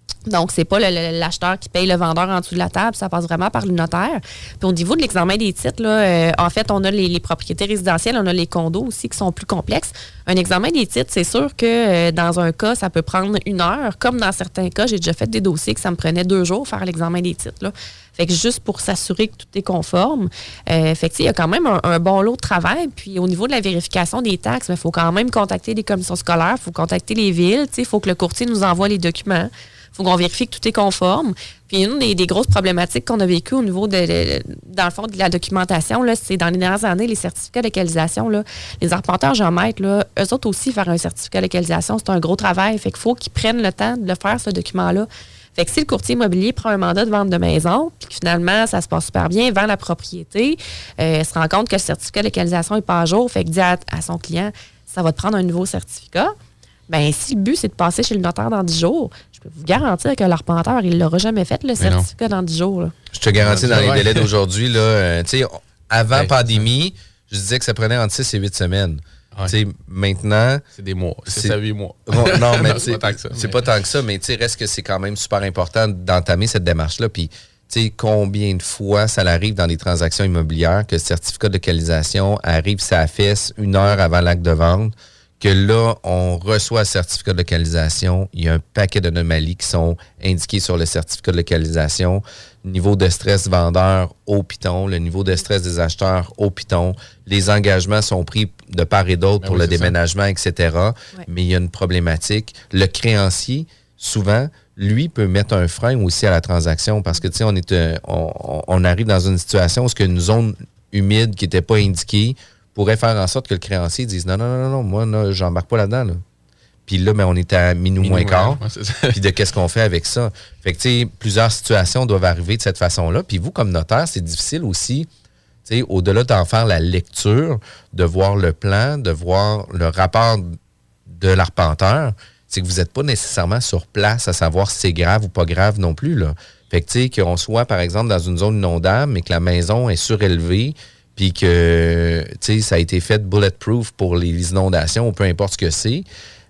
S8: Donc, c'est pas le, le, l'acheteur qui paye le vendeur en dessous de la table, ça passe vraiment par le notaire. Puis au niveau de l'examen des titres, là, euh, en fait, on a les, les propriétés résidentielles, on a les condos aussi qui sont plus complexes. Un examen des titres, c'est sûr que euh, dans un cas, ça peut prendre une heure. Comme dans certains cas, j'ai déjà fait des dossiers que ça me prenait deux jours faire l'examen des titres, là. Fait que juste pour s'assurer que tout est conforme. Euh, fait que il y a quand même un, un bon lot de travail. Puis au niveau de la vérification des taxes, il faut quand même contacter les commissions scolaires, il faut contacter les villes, il faut que le courtier nous envoie les documents. Il faut qu'on vérifie que tout est conforme. Puis une des, des grosses problématiques qu'on a vécues au niveau de, de, dans le fond, de la documentation, là, c'est dans les dernières années, les certificats de localisation, là, les arpenteurs géomètres, là, eux autres aussi, faire un certificat de localisation, c'est un gros travail. Fait qu'il faut qu'ils prennent le temps de le faire, ce document-là. Fait que si le courtier immobilier prend un mandat de vente de maison, puis que finalement, ça se passe super bien, vend la propriété, euh, se rend compte que le certificat de localisation n'est pas à jour, fait que dit à, à son client, ça va te prendre un nouveau certificat. Bien, si le but, c'est de passer chez le notaire dans dix jours, je peux vous garantir que l'arpenteur, il ne l'aura jamais fait, le certificat dans dix jours. Là.
S6: Je te garantis, dans les délais d'aujourd'hui, là, euh, tu sais, avant ouais, pandémie, je disais que ça prenait entre six et huit semaines. Ouais. Maintenant...
S7: C'est des mois. C'est à huit mois.
S6: Bon, non, mais c'est
S7: pas tant que ça.
S6: C'est mais... pas tant que ça, mais reste que c'est quand même super important d'entamer cette démarche-là. Puis, tu sais, combien de fois ça arrive dans des transactions immobilières que le certificat de localisation arrive sa fesse une heure avant l'acte de vente, que là, on reçoit le certificat de localisation. Il y a un paquet d'anomalies qui sont indiquées sur le certificat de localisation. Niveau de stress vendeur au piton, le niveau de stress des acheteurs au piton. Les engagements sont pris de part et d'autre ben pour oui, le déménagement, ça. et cetera. Ouais. Mais il y a une problématique. Le créancier, souvent, lui, peut mettre un frein aussi à la transaction parce que, tu sais, on, est, on, on arrive dans une situation où il y a une zone humide qui n'était pas indiquée pourrait faire en sorte que le créancier dise non, non, non, non, moi, non, j'embarque pas là-dedans. Là. Puis là, ben, on est à minuit moins quart. Ouais, puis de qu'est-ce qu'on fait avec ça? Fait que, tu sais, plusieurs situations doivent arriver de cette façon-là. Puis vous, comme notaire, c'est difficile aussi, tu sais, au-delà d'en faire la lecture, de voir le plan, de voir le rapport de l'arpenteur, c'est que vous n'êtes pas nécessairement sur place à savoir si c'est grave ou pas grave non plus, là. Fait que, tu sais, qu'on soit, par exemple, dans une zone inondable, mais que la maison est surélevée, puis que, tu sais, ça a été fait bulletproof pour les inondations, ou peu importe ce que c'est,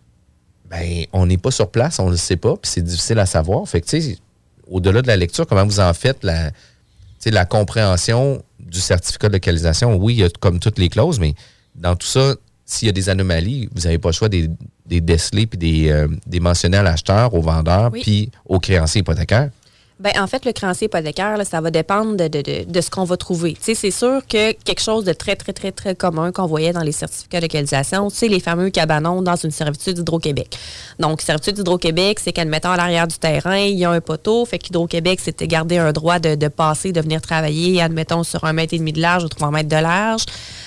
S6: ben on n'est pas sur place, on ne le sait pas, puis c'est difficile à savoir. Fait que, tu sais, au-delà de la lecture, comment vous en faites la, tu sais, la compréhension du certificat de localisation? Oui, il y a comme toutes les clauses, mais dans tout ça, s'il y a des anomalies, vous n'avez pas le choix des, des déceler puis des, euh, des mentionner à l'acheteur, au vendeur, oui. puis au créancier hypothécaire.
S8: Bien, en fait, le créancier hypothécaire, là, ça va dépendre de, de, de, de ce qu'on va trouver. Tu sais, c'est sûr que quelque chose de très, très, très, très commun qu'on voyait dans les certificats de localisation, c'est les fameux cabanons dans une servitude d'Hydro-Québec. Donc, servitude d'Hydro-Québec, c'est qu'admettons à l'arrière du terrain, il y a un poteau, fait qu'Hydro-Québec s'était gardé un droit de, de passer, de venir travailler, admettons, sur un mètre et demi de large ou trois mètres de large.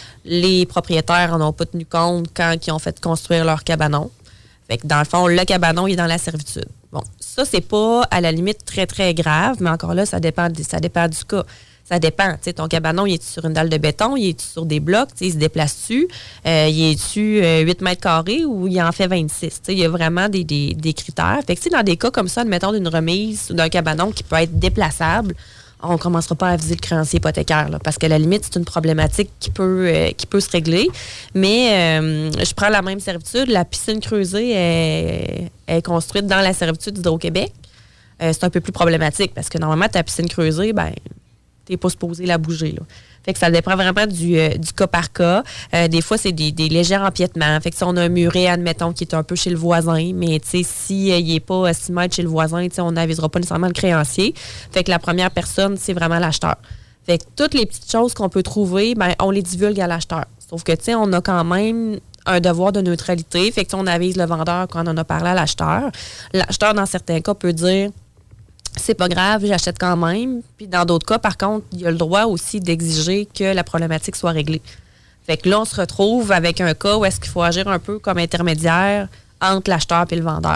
S8: Les propriétaires n'en ont pas tenu compte quand ils ont fait construire leur cabanon. Fait que dans le fond, le cabanon, il est dans la servitude. Bon, ça, c'est pas à la limite très, très grave, mais encore là, ça dépend, ça dépend du cas. Ça dépend. Tu sais, ton cabanon, il est sur une dalle de béton, il est sur des blocs, il se déplace-tu, euh, il est-tu euh, huit mètres carrés ou il en fait vingt-six? Il y a vraiment des, des, des critères. Fait que dans des cas comme ça, admettons d'une remise ou d'un cabanon qui peut être déplaçable, on ne commencera pas à viser le créancier hypothécaire, là, parce qu'à la limite, c'est une problématique qui peut, euh, qui peut se régler. Mais euh, je prends la même servitude. La piscine creusée est, est construite dans la servitude d'Hydro-Québec. Euh, c'est un peu plus problématique parce que normalement, ta piscine creusée, ben, tu n'es pas supposé la bouger, là. Fait que ça dépend vraiment du, euh, du cas par cas. Euh, des fois, c'est des, des légers empiètements. Fait que si on a un muret, admettons, qui est un peu chez le voisin, mais tu sais, s'il euh, n'est pas à six mètres chez le voisin, tu sais, on n'avisera pas nécessairement le créancier. Fait que la première personne, c'est vraiment l'acheteur. Fait que toutes les petites choses qu'on peut trouver, ben, on les divulgue à l'acheteur. Sauf que, tu sais, on a quand même un devoir de neutralité. Fait que on avise le vendeur quand on en a parlé à l'acheteur. L'acheteur, dans certains cas, peut dire c'est pas grave, j'achète quand même. Puis dans d'autres cas, par contre, il y a le droit aussi d'exiger que la problématique soit réglée. Fait que là, on se retrouve avec un cas où est-ce qu'il faut agir un peu comme intermédiaire entre l'acheteur et le vendeur.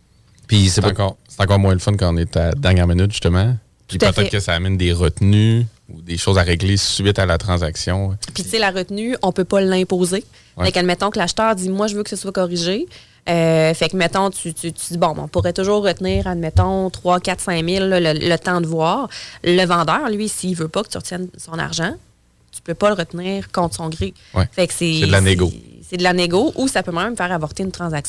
S7: Puis c'est, c'est, encore, c'est encore moins le fun quand on est à dernière minute, justement. Puis peut-être fait. que ça amène des retenues ou des choses à régler suite à la transaction.
S8: Puis tu sais, la retenue, on peut pas l'imposer. Ouais. Fait qu'admettons que l'acheteur dit « moi, je veux que ce soit corrigé ». Euh, fait que, mettons, tu, tu, tu dis, bon, on pourrait toujours retenir, admettons, trois, quatre, cinq mille, là, le, le temps de voir. Le vendeur, lui, s'il veut pas que tu retiennes son argent, tu peux pas le retenir contre son gré.
S7: Ouais.
S8: Fait que c'est,
S7: c'est de la négo.
S8: C'est, c'est de la négo ou ça peut même faire avorter une transaction.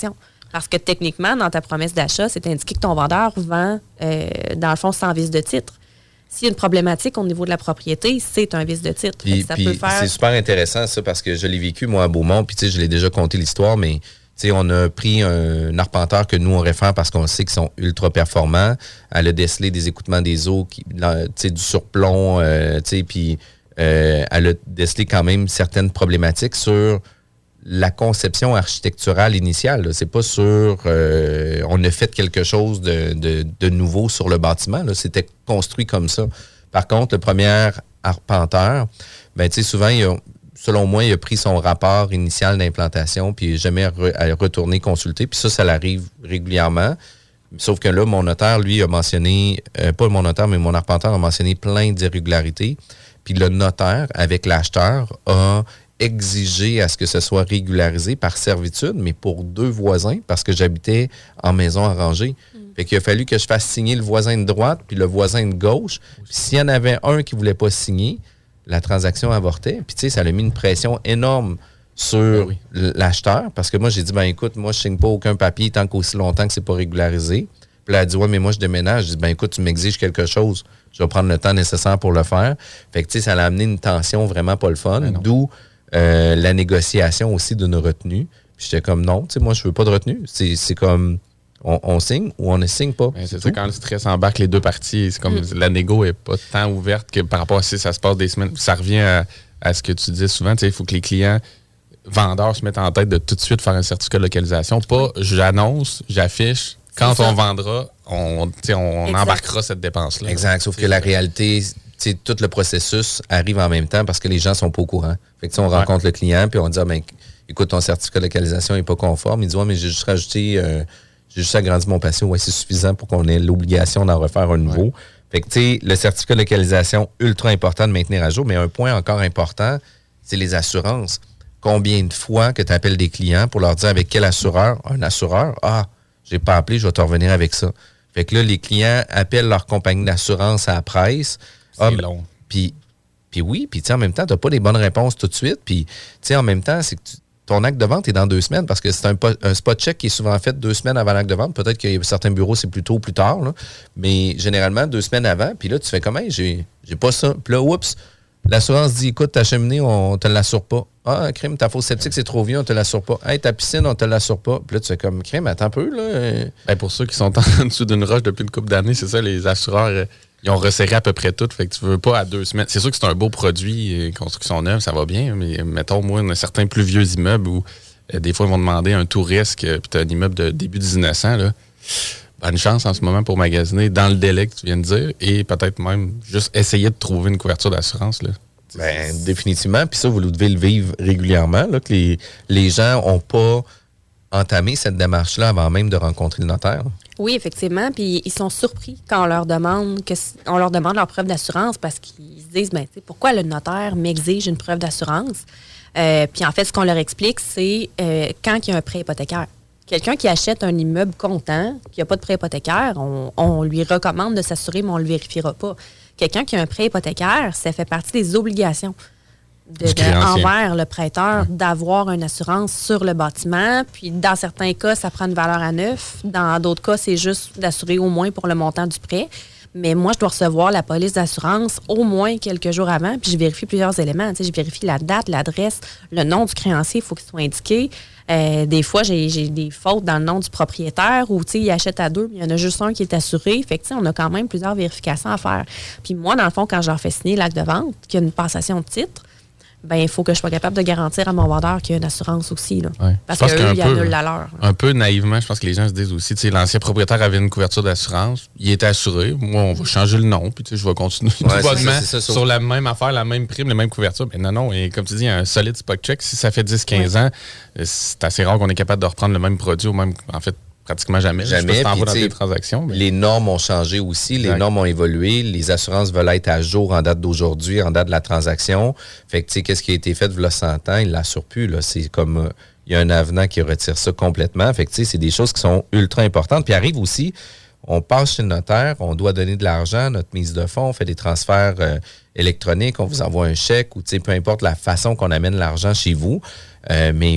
S8: Parce que techniquement, dans ta promesse d'achat, c'est indiqué que ton vendeur vend, euh, dans le fond, sans vice de titre. S'il y a une problématique au niveau de la propriété, c'est un vice de titre.
S6: Puis,
S8: ça
S6: puis
S8: peut faire...
S6: c'est super intéressant, ça, parce que je l'ai vécu, moi, à Beaumont, puis tu sais, je l'ai déjà conté l'histoire, mais tu sais, on a pris un, un arpenteur que nous, on réfère parce qu'on sait qu'ils sont ultra performants. Elle a décelé des écoutements des eaux, qui, tu sais, du surplomb, euh, tu sais, puis euh, elle a décelé quand même certaines problématiques sur la conception architecturale initiale. Là. C'est pas sur euh, on a fait quelque chose de, de, de nouveau sur le bâtiment. Là. C'était construit comme ça. Par contre, le premier arpenteur, ben, tu sais, souvent, il a, selon moi, il a pris son rapport initial d'implantation puis il n'est jamais re, retourné consulter. Puis ça, ça l'arrive régulièrement. Sauf que là, mon notaire, lui, a mentionné, euh, pas mon notaire, mais mon arpenteur a mentionné plein d'irrégularités. Puis le notaire, avec l'acheteur, a exigé à ce que ce soit régularisé par servitude, mais pour deux voisins, parce que j'habitais en maison arrangée. Mm. Fait qu'il a fallu que je fasse signer le voisin de droite puis le voisin de gauche. Puis s'il y en avait un qui ne voulait pas signer, la transaction avortait. Puis tu sais, ça a mis une pression énorme sur oui. l'acheteur, parce que moi, j'ai dit, ben écoute, moi, je ne signe pas aucun papier tant qu'aussi longtemps que c'est pas régularisé. Puis là, elle a dit, ouais, mais moi, je déménage. Je dis, ben écoute, tu m'exiges quelque chose. Je vais prendre le temps nécessaire pour le faire. Fait que tu sais, ça a amené une tension vraiment pas le fun, d'où Euh, la négociation aussi d'une retenue. Puis j'étais comme non, tu sais, moi je veux pas de retenue. C'est, c'est comme on, on signe ou on ne signe pas.
S7: Ben, c'est, c'est ça, quand le stress embarque les deux parties, c'est comme mm. la négo est pas tant ouverte que par rapport à si ça se passe des semaines. Ça revient à, à ce que tu disais souvent, tu sais, il faut que les clients vendeurs se mettent en tête de tout de suite faire un certificat de localisation. Pas j'annonce, j'affiche. Quand c'est on ça. vendra, on, on embarquera cette dépense-là.
S6: Exact, sauf que la réalité, t'sais, tout le processus arrive en même temps parce que les gens sont pas au courant. Fait que, on ouais. rencontre le client puis on dit ah, ben, écoute, ton certificat de localisation n'est pas conforme. Il dit ouais, mais j'ai juste rajouté, euh, j'ai juste agrandi mon patio. Ouais, c'est suffisant pour qu'on ait l'obligation d'en refaire un nouveau. Ouais. Fait que, tu sais, le certificat de localisation, ultra important de maintenir à jour, mais un point encore important, c'est les assurances. Combien de fois que tu appelles des clients pour leur dire avec quel assureur? Un assureur? Ah, j'ai pas appelé, je vais te revenir avec ça. Fait que là, les clients appellent leur compagnie d'assurance à la presse.
S7: C'est ah, long.
S6: Puis, puis oui, puis en même temps, tu n'as pas les bonnes réponses tout de suite. Puis, en même temps, c'est que tu, ton acte de vente est dans deux semaines parce que c'est un, un spot check qui est souvent fait deux semaines avant l'acte de vente. Peut-être qu'il y a certains bureaux, c'est plus tôt ou plus tard. Là. Mais généralement, deux semaines avant. Puis là, tu fais comment? J'ai, j'ai pas ça. Puis là, oups, l'assurance dit, écoute, ta cheminée, on te l'assure pas. Ah, crime, ta fosse septique, c'est trop vieux, on te l'assure pas. Hey, ta piscine, on te l'assure pas. Puis là, tu fais comme, crime, attends un peu, là.
S7: Ben, pour ceux qui sont en dessous d'une roche depuis une couple d'années, c'est ça, les assureurs, ils ont resserré à peu près tout. Fait que tu veux pas à deux semaines. C'est sûr que c'est un beau produit, construction neuve, ça va bien, mais mettons, moi, on a certains plus vieux immeubles où euh, des fois, ils vont demander un tout risque, puis tu as un immeuble de début dix-neuf cents, là. Bonne chance en ce moment pour magasiner dans le délai que tu viens de dire et peut-être même juste essayer de trouver une couverture d'assurance, là.
S6: Ben, définitivement. Puis ça, vous devez le vivre régulièrement, là, que les, les gens n'ont pas entamé cette démarche-là avant même de rencontrer le notaire.
S8: Oui, effectivement. Puis ils sont surpris quand on leur demande que on leur demande leur preuve d'assurance parce qu'ils se disent, ben, tu sais, pourquoi le notaire m'exige une preuve d'assurance? Euh, puis en fait, ce qu'on leur explique, c'est euh, quand il y a un prêt hypothécaire. Quelqu'un qui achète un immeuble comptant, qui n'a pas de prêt hypothécaire, on, on lui recommande de s'assurer, mais on ne le vérifiera pas. Quelqu'un qui a un prêt hypothécaire, ça fait partie des obligations de, de, envers le prêteur ouais. d'avoir une assurance sur le bâtiment. Puis, dans certains cas, ça prend une valeur à neuf. Dans d'autres cas, c'est juste d'assurer au moins pour le montant du prêt. Mais moi, je dois recevoir la police d'assurance au moins quelques jours avant, puis je vérifie plusieurs éléments. Tu sais, je vérifie la date, l'adresse, le nom du créancier, il faut qu'il soit indiqué. Euh, des fois, j'ai, j'ai des fautes dans le nom du propriétaire où, tu sais, il achète à deux, mais il y en a juste un qui est assuré. Fait que, tu sais, on a quand même plusieurs vérifications à faire. Puis moi, dans le fond, quand je leur fais signer l'acte de vente, qu'il y a une passation de titre, ben il faut que je sois capable de garantir à mon vendeur qu'il y a une assurance aussi. Là.
S7: Ouais.
S8: Parce qu'eux, ils annulent la leur.
S7: Un peu naïvement, je pense que les gens se disent aussi, tu sais, l'ancien propriétaire avait une couverture d'assurance, il était assuré, moi, on va changer le nom, puis tu sais, je vais continuer ouais, bonnement c'est ça, c'est ça, sur la même affaire, la même prime, la même couverture. Mais non, non, et comme tu dis, un solide spot check, si ça fait dix à quinze ouais. ans, c'est assez rare qu'on est capable de reprendre le même produit au même, en fait, pratiquement jamais.
S6: Jamais.
S7: Je sais pas si dans des transactions. Mais...
S6: Les normes ont changé aussi. Exact. Les normes ont évolué. Les assurances veulent être à jour en date d'aujourd'hui, en date de la transaction. Fait que, tu sais, qu'est-ce qui a été fait il y a cent ans, il ne l'assurent plus. Là. C'est comme, il y a un avenant qui retire ça complètement. Fait que, tu sais, c'est des choses qui sont ultra importantes. Puis arrive aussi, on passe chez le notaire, on doit donner de l'argent, notre mise de fonds, on fait des transferts euh, électroniques, on vous envoie un chèque ou, tu sais, peu importe la façon qu'on amène l'argent chez vous. Euh, mais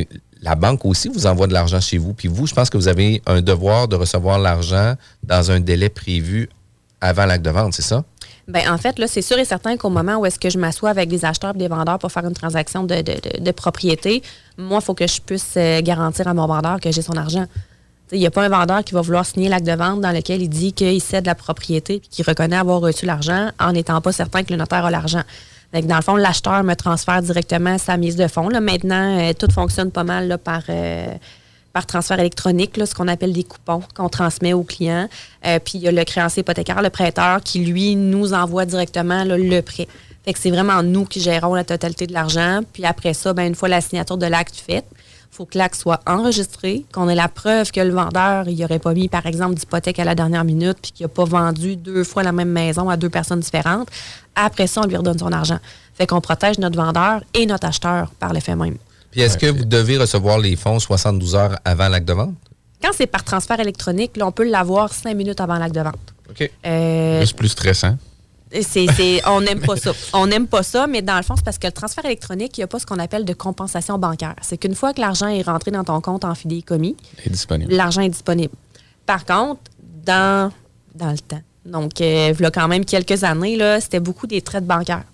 S6: la banque aussi vous envoie de l'argent chez vous. Puis vous, je pense que vous avez un devoir de recevoir l'argent dans un délai prévu avant l'acte de vente, c'est ça?
S8: Bien, en fait, là, c'est sûr et certain qu'au moment où est-ce que je m'assois avec des acheteurs et des vendeurs pour faire une transaction de, de, de, de propriété, moi, il faut que je puisse euh, garantir à mon vendeur que j'ai son argent. Il n'y a pas un vendeur qui va vouloir signer l'acte de vente dans lequel il dit qu'il cède la propriété et qu'il reconnaît avoir reçu l'argent en n'étant pas certain que le notaire a l'argent. Donc, dans le fond, l'acheteur me transfère directement sa mise de fonds. Là. Maintenant, euh, tout fonctionne pas mal là, par, euh, par transfert électronique, là, ce qu'on appelle des coupons qu'on transmet aux clients. Euh, puis, il y a le créancier hypothécaire, le prêteur, qui, lui, nous envoie directement là, le prêt. Fait que c'est vraiment nous qui gérons la totalité de l'argent. Puis après ça, ben, une fois la signature de l'acte faite, il faut que l'acte soit enregistré, qu'on ait la preuve que le vendeur il n'aurait pas mis, par exemple, d'hypothèque à la dernière minute puis qu'il n'a pas vendu deux fois la même maison à deux personnes différentes. Après ça, on lui redonne son argent. Fait qu'on protège notre vendeur et notre acheteur par le fait même.
S6: Puis est-ce que vous devez recevoir les fonds soixante-douze heures avant l'acte de vente?
S8: Quand c'est par transfert électronique, là, on peut l'avoir cinq minutes avant l'acte de vente.
S6: OK.
S8: Euh,
S7: c'est plus stressant.
S8: C'est, c'est, on n'aime pas ça. On n'aime pas ça, mais dans le fond, c'est parce que le transfert électronique, il n'y a pas ce qu'on appelle de compensation bancaire. C'est qu'une fois que l'argent est rentré dans ton compte en fidéicommis,
S7: est disponible.
S8: L'argent est disponible. Par contre, dans, dans le temps, donc euh, il y a quand même quelques années, là, c'était beaucoup des traites bancaires.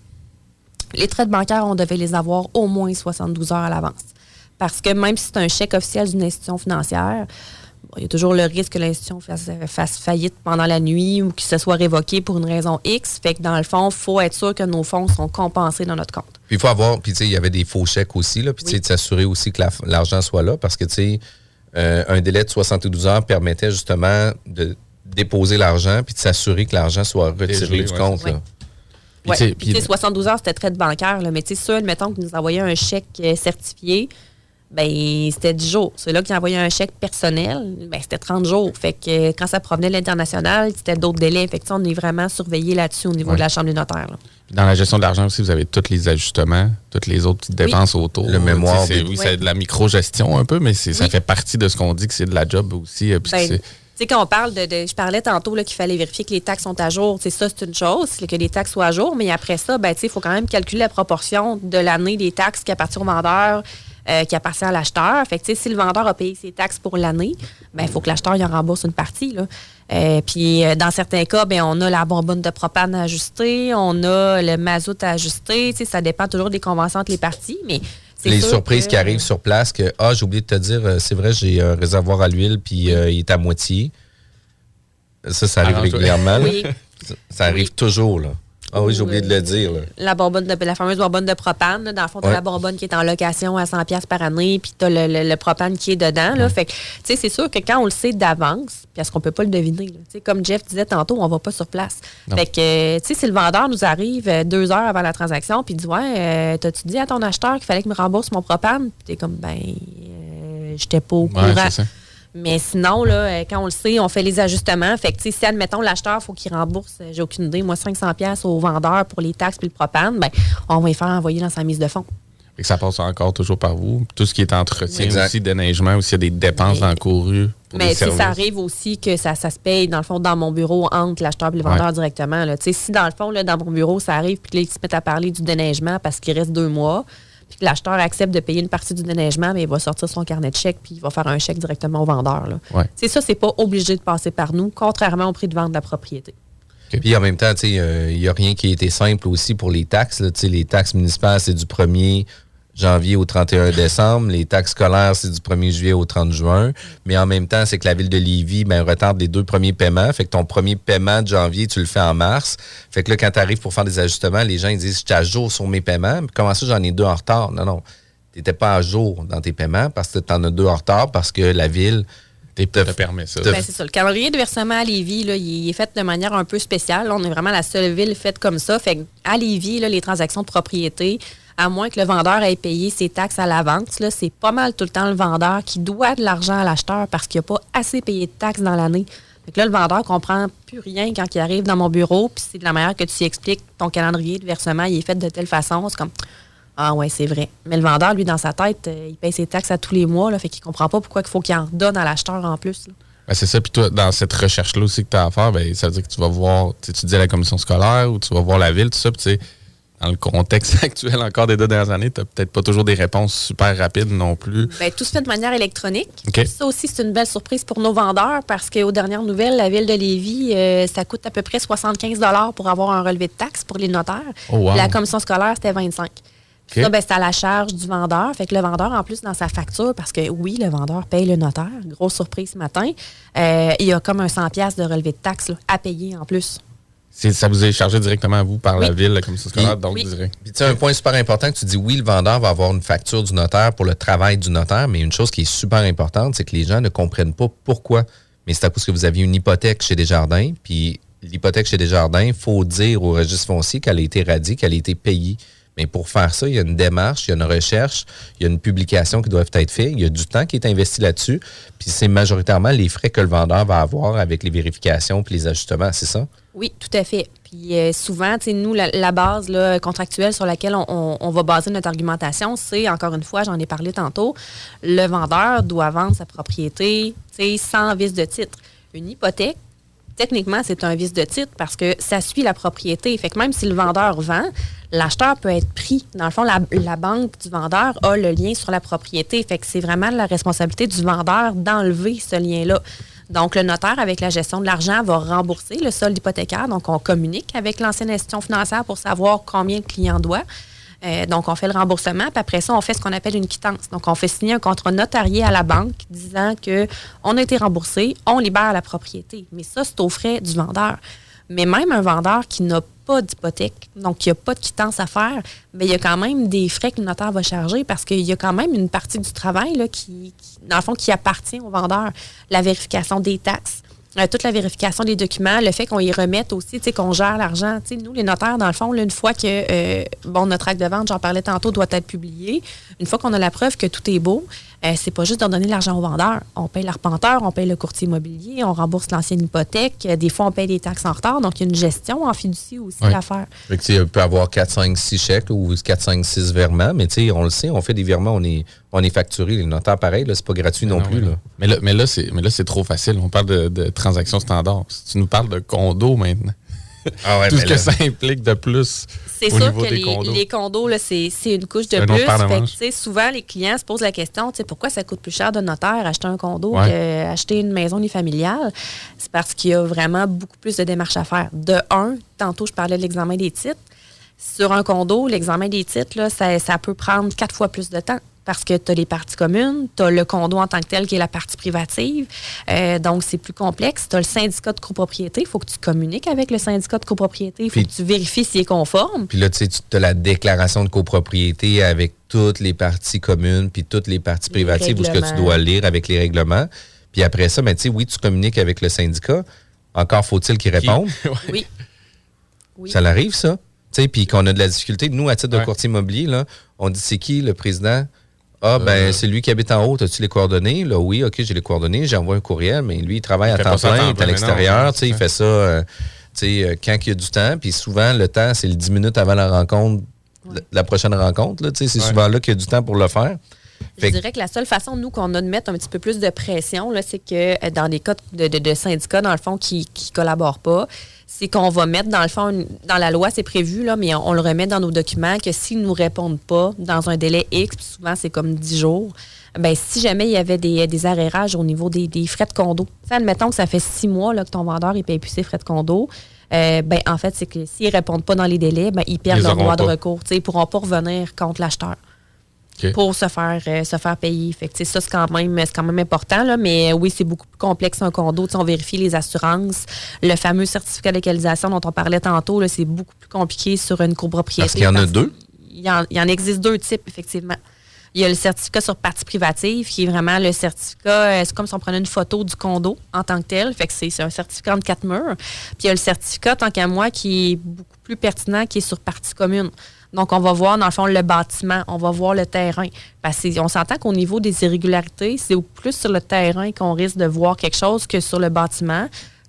S8: Les traites bancaires, on devait les avoir au moins soixante-douze heures à l'avance. Parce que même si c'est un chèque officiel d'une institution financière, il y a toujours le risque que l'institution fasse, fasse faillite pendant la nuit ou qu'il se soit révoqué pour une raison X. Fait que dans le fond, il faut être sûr que nos fonds sont compensés dans notre compte.
S6: Puis il faut avoir, puis tu sais, il y avait des faux chèques aussi, là, puis tu sais, de s'assurer aussi que la, l'argent soit là, parce que tu sais, euh, un délai de soixante-douze heures permettait justement de déposer l'argent puis de s'assurer que l'argent soit retiré gelé, du ouais. compte.
S8: Oui.
S6: Là.
S8: Oui, puis tu sais, soixante-douze heures, c'était traite bancaire, là, mais tu sais, ceux, admettons, qui nous envoyaient un chèque certifié, ben c'était dix jours. Ceux-là qui envoyaient un chèque personnel, ben c'était trente jours. Fait que quand ça provenait de l'international, c'était d'autres délais. Fait que on est vraiment surveillé là-dessus au niveau ouais. de la Chambre des notaires. Là.
S7: Dans la gestion de l'argent aussi, vous avez tous les ajustements, toutes les autres petites dépenses oui. autour.
S6: Le mémoire.
S7: C'est, oui, oui. c'est de la micro-gestion un peu, mais c'est, ça oui. fait partie de ce qu'on dit que c'est de la job aussi.
S8: Ben, tu sais, quand on parle de, de... Je parlais tantôt là, qu'il fallait vérifier que les taxes sont à jour. C'est ça, c'est une chose, que les taxes soient à jour. Mais après ça, ben, il faut quand même calculer la proportion de l'année des taxes qui appartiennent au vendeur, euh, qui appartient à l'acheteur. Fait que, si le vendeur a payé ses taxes pour l'année, ben, il faut que l'acheteur il en rembourse une partie. Là. Euh, puis, euh, dans certains cas, ben, on a la bonbonne de propane à ajuster, on a le mazout à ajuster. Ça dépend toujours des conventions entre les parties. Mais c'est
S6: les
S8: sûr
S6: surprises
S8: que...
S6: qui arrivent sur place, que, ah, j'ai oublié de te dire, c'est vrai, j'ai un réservoir à l'huile, puis euh, il est à moitié. Ça, ça arrive Alors, régulièrement. Oui. Ça, ça arrive oui. toujours, là. Ah oui, j'ai oublié de le dire. Là.
S8: La bonbonne de, la fameuse bonbonne de propane. Là, dans le fond, tu as ouais. la bonbonne qui est en location à cent dollars par année, puis tu as le, le, le propane qui est dedans. Là. Ouais. Fait que, c'est sûr que quand on le sait d'avance, puis est-ce qu'on peut pas le deviner? Là, comme Jeff disait tantôt, on va pas sur place. Non. Fait que, si le vendeur nous arrive deux heures avant la transaction, puis dit ouais, euh, t'as-tu dit à ton acheteur qu'il fallait qu'il me rembourse mon propane? Puis t'es comme, ben, euh, j'étais pas au courant.
S7: Ouais, c'est ça.
S8: Mais sinon, là, quand on le sait, on fait les ajustements. Fait que, si, admettons, l'acheteur, il faut qu'il rembourse, j'ai aucune idée, moi, cinq cents dollars au vendeur pour les taxes et le propane, ben, on va y faire envoyer dans sa mise de fonds.
S7: Et que ça passe encore toujours par vous. Tout ce qui est entretien exact. Aussi, déneigement, aussi, il y a des dépenses encourues.
S8: Mais si ça arrive aussi que ça, ça se paye, dans le fond, dans mon bureau, entre l'acheteur et le vendeur ouais. directement. Là. Si, dans le fond, là, dans mon bureau, ça arrive, puis là, ils se mettent à parler du déneigement parce qu'il reste deux mois, puis que l'acheteur accepte de payer une partie du déneigement, mais il va sortir son carnet de chèques puis il va faire un chèque directement au vendeur. Là.
S7: Ouais.
S8: C'est ça, c'est pas obligé de passer par nous, contrairement au prix de vente de la propriété.
S6: Okay. Puis en même temps, il n'y euh, a rien qui a été simple aussi pour les taxes. Là. Les taxes municipales, c'est du premier janvier au trente et un décembre. Les taxes scolaires, c'est du premier juillet au trente juin. Mais en même temps, c'est que la ville de Lévis ben, retarde les deux premiers paiements. Fait que ton premier paiement de janvier, tu le fais en mars. Fait que là, quand tu arrives pour faire des ajustements, les gens ils disent « Je suis à jour sur mes paiements. » Comment ça, j'en ai deux en retard? Non, non. Tu n'étais pas à jour dans tes paiements parce que tu en as deux en retard parce que la ville
S7: te, te permet ça.
S8: Ben, c'est ça. Le calendrier de versement à Lévis, là, il est fait de manière un peu spéciale. Là, on est vraiment la seule ville faite comme ça. Fait qu'à Lévis, là, les transactions de propriété, à moins que le vendeur ait payé ses taxes à l'avance, là, c'est pas mal tout le temps le vendeur qui doit de l'argent à l'acheteur parce qu'il n'a pas assez payé de taxes dans l'année. Fait que là, le vendeur ne comprend plus rien quand il arrive dans mon bureau, puis c'est de la manière que tu lui expliques ton calendrier de versement, il est fait de telle façon. C'est comme, ah ouais, c'est vrai. Mais le vendeur, lui, dans sa tête, euh, il paye ses taxes à tous les mois, là, fait qu'il ne comprend pas pourquoi il faut qu'il en donne à l'acheteur en plus.
S7: Ben c'est ça. Puis toi, dans cette recherche-là aussi que tu as à faire, ben, ça veut dire que tu vas voir, tu dis à la commission scolaire ou tu vas voir la ville, tout ça, puis tu sais, dans le contexte actuel encore des deux dernières années, tu n'as peut-être pas toujours des réponses super rapides non plus.
S8: Bien, tout se fait de manière électronique.
S7: Okay.
S8: Ça aussi, c'est une belle surprise pour nos vendeurs parce qu'aux dernières nouvelles, la ville de Lévis, euh, ça coûte à peu près soixante-quinze dollars pour avoir un relevé de taxes pour les notaires.
S7: Oh, wow.
S8: La commission scolaire, c'était vingt-cinq.
S7: Okay.
S8: Ça, ben, c'est à la charge du vendeur. Fait que le vendeur, en plus, dans sa facture, parce que oui, le vendeur paye le notaire. Grosse surprise ce matin. Euh, il y a comme un cent dollars de relevé de taxes là, à payer en plus.
S7: C'est, ça vous est chargé directement à vous par oui. la ville, la commission scolaire, donc
S8: oui.
S7: direct.
S6: Puis tu sais, un point super important que tu dis, oui, le vendeur va avoir une facture du notaire pour le travail du notaire, mais une chose qui est super importante, c'est que les gens ne comprennent pas pourquoi. Mais c'est à cause que vous aviez une hypothèque chez Desjardins, puis l'hypothèque chez Desjardins, il faut dire au registre foncier qu'elle a été radiée, qu'elle a été payée. Mais pour faire ça, il y a une démarche, il y a une recherche, il y a une publication qui doit être faite, il y a du temps qui est investi là-dessus, puis c'est majoritairement les frais que le vendeur va avoir avec les vérifications puis les ajustements, c'est ça?
S8: Oui, tout à fait. Puis euh, souvent, nous, la, la base là, contractuelle sur laquelle on, on, on va baser notre argumentation, c'est, encore une fois, j'en ai parlé tantôt, le vendeur doit vendre sa propriété sans vice de titre. Une hypothèque, techniquement, c'est un vice de titre parce que ça suit la propriété. Fait que même si le vendeur vend, l'acheteur peut être pris. Dans le fond, la, la banque du vendeur a le lien sur la propriété. Fait que c'est vraiment la responsabilité du vendeur d'enlever ce lien-là. Donc, le notaire, avec la gestion de l'argent, va rembourser le solde hypothécaire. Donc, on communique avec l'ancienne institution financière pour savoir combien le client doit. Euh, donc, on fait le remboursement, puis après ça, on fait ce qu'on appelle une quittance. Donc, on fait signer un contrat notarié à la banque disant qu'on a été remboursé, on libère la propriété. Mais ça, c'est aux frais du vendeur. Mais même un vendeur qui n'a pas d'hypothèque, donc qui n'a pas de quittance à faire, bien, il y a quand même des frais que le notaire va charger parce qu'il y a quand même une partie du travail là, qui, qui, dans le fond, qui appartient au vendeur. La vérification des taxes. Euh, toute la vérification des documents, le fait qu'on y remette aussi, qu'on gère l'argent. T'sais, nous, les notaires, dans le fond, là, une fois que euh, bon, notre acte de vente, j'en parlais tantôt, doit être publié, une fois qu'on a la preuve que tout est beau, euh, c'est pas juste de donner l'argent au vendeur. On paye l'arpenteur, on paye le courtier immobilier, on rembourse l'ancienne hypothèque, euh, des fois, on paye des taxes en retard. Donc, il y a une gestion en fiducie aussi
S6: oui.
S8: à faire.
S6: Fait que, il peut y avoir quatre, cinq, six chèques ou quatre, cinq, six virements, mais on le sait, on fait des virements, on est, on est facturé. Les notaires, pareil, là, c'est pas gratuit non, non plus. Là.
S7: Mais là, mais là, c'est, mais là, c'est trop facile. On parle de, de transactions standards. Si tu nous parles de condos maintenant, ah ouais, tout ce que là... ça implique de plus
S8: c'est au sûr niveau que des les, condos. Les condos, là, c'est, c'est une couche de c'est plus. Fait que, souvent, les clients se posent la question, pourquoi ça coûte plus cher de notaire acheter un condo ouais. qu'acheter une maison unifamiliale? C'est parce qu'il y a vraiment beaucoup plus de démarches à faire. De un, tantôt, je parlais de l'examen des titres. Sur un condo, l'examen des titres, là, ça, ça peut prendre quatre fois plus de temps. Parce que tu as les parties communes, tu as le condo en tant que tel qui est la partie privative. Euh, donc, c'est plus complexe. Tu as le syndicat de copropriété. Il faut que tu communiques avec le syndicat de copropriété. Il faut que tu vérifies s'il est conforme.
S6: Puis là, tu sais, tu as la déclaration de copropriété avec toutes les parties communes puis toutes les parties privatives où ce que tu dois lire avec les règlements. Puis après ça, ben, tu sais, oui, tu communiques avec le syndicat. Encore faut-il qu'il réponde.
S8: Oui. oui.
S6: Ça l'arrive, ça. Tu sais, puis qu'on a de la difficulté. Nous, à titre de ouais. courtier immobilier, là, on dit c'est qui le président? Ah, ben, euh, c'est lui qui habite en haut. As-tu les coordonnées? Là, oui, OK, j'ai les coordonnées. J'envoie un courriel, mais lui, il travaille il à temps plein, il est à l'extérieur. Il fait ça euh, euh, quand il y a du temps. Puis souvent, le temps, c'est le dix minutes avant la rencontre, ouais. la prochaine rencontre. Là, c'est ouais. souvent là qu'il y a du temps pour le faire.
S8: Je fait dirais que la seule façon, nous, qu'on a de mettre un petit peu plus de pression, là, c'est que dans des cas de, de, de syndicats, dans le fond, qui ne collaborent pas, c'est qu'on va mettre, dans le fond, une, dans la loi, c'est prévu, là, mais on, on le remet dans nos documents que s'ils ne nous répondent pas dans un délai X, puis souvent c'est comme dix jours, bien, si jamais il y avait des, des arrérages au niveau des, des frais de condo, t'sais, admettons que ça fait six mois là, que ton vendeur ne paye plus ses frais de condo, euh, ben, en fait, c'est que s'ils ne répondent pas dans les délais, ben, ils perdent ils leur droit pas. de recours. Ils ne pourront pas revenir contre l'acheteur. Okay. Pour se faire euh, se faire payer. Fait que, ça, c'est quand même, c'est quand même important. Là, mais oui, c'est beaucoup plus complexe un condo. T'sais, on vérifie les assurances. Le fameux certificat de localisation dont on parlait tantôt, là, c'est beaucoup plus compliqué sur une copropriété.
S6: Parce qu'il y en a deux?
S8: Il y en, il y en existe deux types, effectivement. Il y a le certificat sur partie privative, qui est vraiment le certificat, c'est comme si on prenait une photo du condo en tant que tel. Fait que c'est, c'est un certificat entre quatre murs. Puis il y a le certificat, tant qu'à moi, qui est beaucoup plus pertinent, qui est sur partie commune. Donc, on va voir, dans le fond, le bâtiment, on va voir le terrain. Parce qu'on s'entend qu'au niveau des irrégularités, c'est plus sur le terrain qu'on risque de voir quelque chose que sur le bâtiment.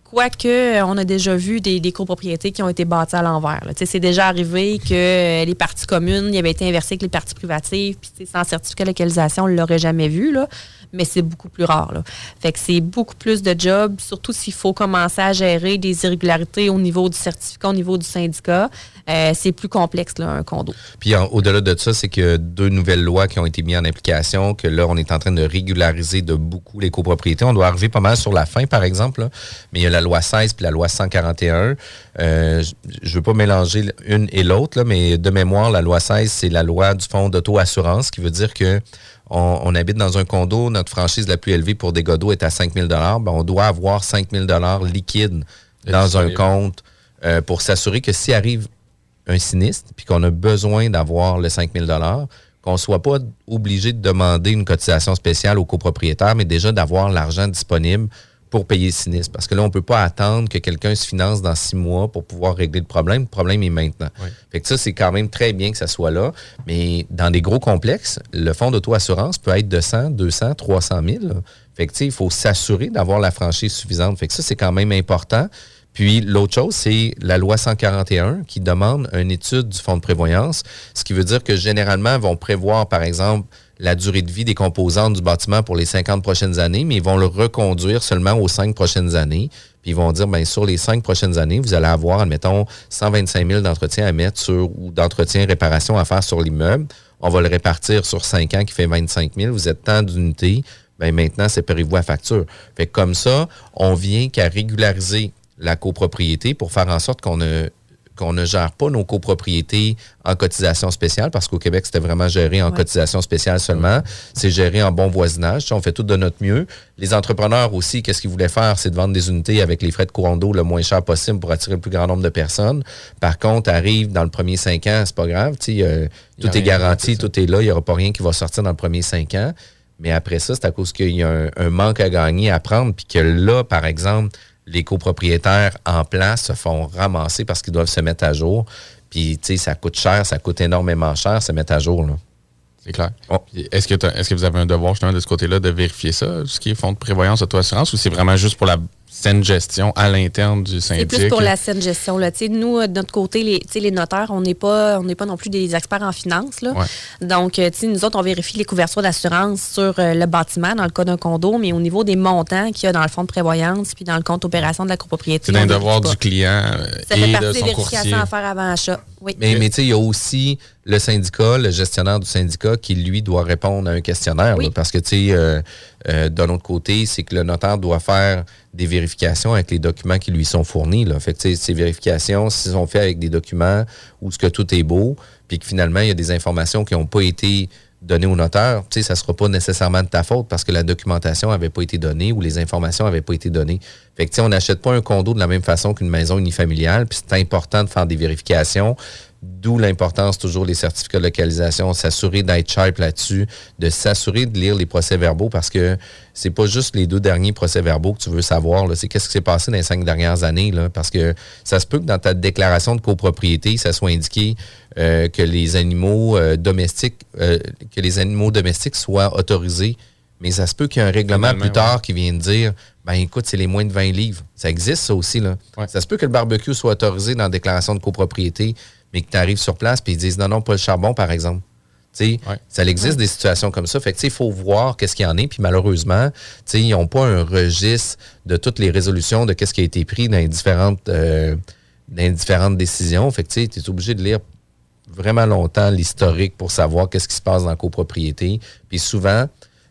S8: Quoique, on a déjà vu des, des copropriétés qui ont été bâties à l'envers. Là. C'est déjà arrivé que les parties communes y avaient été inversées avec les parties privatives, puis sans certificat de localisation, on ne l'aurait jamais vu, là. Mais c'est beaucoup plus rare. Là. Fait que c'est beaucoup plus de jobs, surtout s'il faut commencer à gérer des irrégularités au niveau du certificat, au niveau du syndicat. Euh, c'est plus complexe, là, un condo.
S6: Puis en, au-delà de ça, c'est que deux nouvelles lois qui ont été mises en application, que là, on est en train de régulariser de beaucoup les copropriétés. On doit arriver pas mal sur la fin, par exemple, là. Mais il y a la loi seize puis la loi cent quarante et un. Euh, je ne veux pas mélanger une et l'autre, là, mais de mémoire, la loi seize, c'est la loi du fonds d'auto-assurance, qui veut dire que On, on habite dans un condo, notre franchise la plus élevée pour dégâts d'eau est à cinq mille dollars. Ben, on doit avoir cinq mille dollars liquides dans un compte euh, pour s'assurer que s'il arrive un sinistre puis qu'on a besoin d'avoir le cinq mille dollars, qu'on ne soit pas obligé de demander une cotisation spéciale au copropriétaire, mais déjà d'avoir l'argent disponible pour payer le sinistre. Parce que là, on ne peut pas attendre que quelqu'un se finance dans six mois pour pouvoir régler le problème. Le problème est maintenant. Oui. Fait que ça, c'est quand même très bien que ça soit là. Mais dans des gros complexes, le fonds d'auto-assurance peut être de cent, deux cents, trois cent mille. Fait que, tu sais, il faut s'assurer d'avoir la franchise suffisante. Fait que ça, c'est quand même important. Puis, l'autre chose, c'est la loi cent quarante et un qui demande une étude du fonds de prévoyance, ce qui veut dire que généralement, ils vont prévoir, par exemple, la durée de vie des composantes du bâtiment pour les cinquante prochaines années, mais ils vont le reconduire seulement aux cinq prochaines années. Puis ils vont dire, bien, sur les cinq prochaines années, vous allez avoir, admettons, cent vingt-cinq mille d'entretien à mettre sur, ou d'entretien, réparation à faire sur l'immeuble. On va le répartir sur cinq ans qui fait vingt-cinq mille. Vous êtes tant d'unités. Bien, maintenant, séparez-vous à facture. Fait que comme ça, on vient qu'à régulariser la copropriété pour faire en sorte qu'on ne, qu'on ne gère pas nos copropriétés en cotisation spéciale, parce qu'au Québec, c'était vraiment géré en ouais. cotisation spéciale seulement. C'est géré en bon voisinage. On fait tout de notre mieux. Les entrepreneurs aussi, qu'est-ce qu'ils voulaient faire? C'est de vendre des unités avec les frais de courant d'eau le moins cher possible pour attirer le plus grand nombre de personnes. Par contre, arrive dans le premier cinq ans, c'est pas grave. Euh, tout est garanti, tout est là. Il n'y aura pas rien qui va sortir dans le premier cinq ans. Mais après ça, c'est à cause qu'il y a un, un manque à gagner, à prendre, puis que là, par exemple, les copropriétaires en place se font ramasser parce qu'ils doivent se mettre à jour. Puis, tu sais, ça coûte cher, ça coûte énormément cher, se mettre à jour, là.
S7: C'est clair. Oh. Est-ce que, est-ce que vous avez un devoir, justement, de ce côté-là, de vérifier ça, ce qui est fonds de prévoyance, auto-assurance, ou c'est vraiment juste pour la saine gestion à l'interne du syndic?
S8: C'est plus pour la saine gestion, là. Tu sais, nous, de notre côté, les, les notaires, on n'est pas, on n'est pas non plus des experts en finance, là. Ouais. Donc, tu sais, nous autres, on vérifie les couvertures d'assurance sur euh, le bâtiment, dans le cas d'un condo, mais au niveau des montants qu'il y a dans le fonds de prévoyance puis dans le compte opération de la copropriété.
S7: C'est un devoir du client
S8: ça
S7: et
S8: fait partie
S7: de
S8: des
S7: son
S8: vérifications
S7: courtier.
S8: à faire avant achat. Oui.
S6: Mais, mais tu sais, il y a aussi le syndicat, le gestionnaire du syndicat qui, lui, doit répondre à un questionnaire. Oui. Là, parce que, tu sais, euh, euh, d'un autre côté, c'est que le notaire doit faire des vérifications avec les documents qui lui sont fournis. Là. Fait que, tu sais, ces vérifications, s'ils sont faits avec des documents où ce que tout est beau, puis que finalement, il y a des informations qui n'ont pas été données au notaire, tu sais, ça ne sera pas nécessairement de ta faute parce que la documentation n'avait pas été donnée ou les informations n'avaient pas été données. Fait que, tu sais, on n'achète pas un condo de la même façon qu'une maison unifamiliale, puis c'est important de faire des vérifications. D'où l'importance toujours des certificats de localisation, s'assurer d'être sharp là-dessus, de s'assurer de lire les procès-verbaux parce que c'est pas juste les deux derniers procès-verbaux que tu veux savoir, là, c'est qu'est-ce qui s'est passé dans les cinq dernières années, là, parce que ça se peut que dans ta déclaration de copropriété, ça soit indiqué euh, que les animaux euh, domestiques, euh, que les animaux domestiques soient autorisés, mais ça se peut qu'il y ait un règlement Finalement, plus tard ouais. qui vienne dire ben écoute, c'est les moins de vingt livres. Ça existe, ça aussi, là. Ouais. Ça se peut que le barbecue soit autorisé dans la déclaration de copropriété, mais que tu arrives sur place et ils disent non, non, pas le charbon, par exemple. Ouais. Ça existe ouais. des situations comme ça. Fait que il faut voir qu'est-ce qu'il y en est. Puis malheureusement, ils n'ont pas un registre de toutes les résolutions de qu'est-ce qui a été pris dans les différentes, euh, dans les différentes décisions. Fait que tu es obligé de lire vraiment longtemps l'historique pour savoir qu'est-ce qui se passe dans la copropriété. Puis souvent,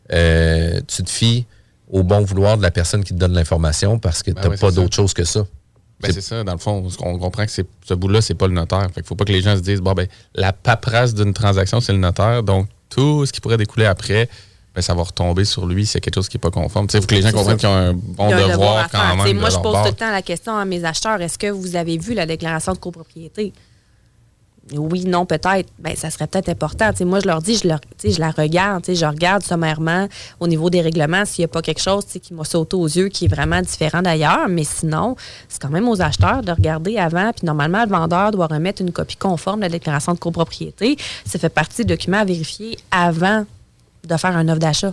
S6: euh, tu te fies au bon vouloir de la personne qui te donne l'information parce que ben tu n'as ouais, pas d'autre chose que ça.
S7: Ben c'est ça, dans le fond, on comprend que c'est, ce bout-là, c'est pas le notaire. Fait qu'il faut pas que les gens se disent, bon, ben, la paperasse d'une transaction, c'est le notaire, donc tout ce qui pourrait découler après, ben, ça va retomber sur lui, c'est quelque chose qui n'est pas conforme. Il faut que les gens comprennent qu'ils ont un bon devoir, devoir quand même.
S8: T'sais, moi,
S7: de
S8: je pose
S7: bord.
S8: tout le temps la question à mes acheteurs, est-ce que vous avez vu la déclaration de copropriété? Oui, non, peut-être. Ben, ça serait peut-être important. T'sais, moi, je leur dis, je, leur, je la regarde, je regarde sommairement au niveau des règlements s'il n'y a pas quelque chose qui m'a sauté aux yeux qui est vraiment différent d'ailleurs. Mais sinon, c'est quand même aux acheteurs de regarder avant. Puis normalement, le vendeur doit remettre une copie conforme de la déclaration de copropriété. Ça fait partie des documents à vérifier avant de faire un offre d'achat.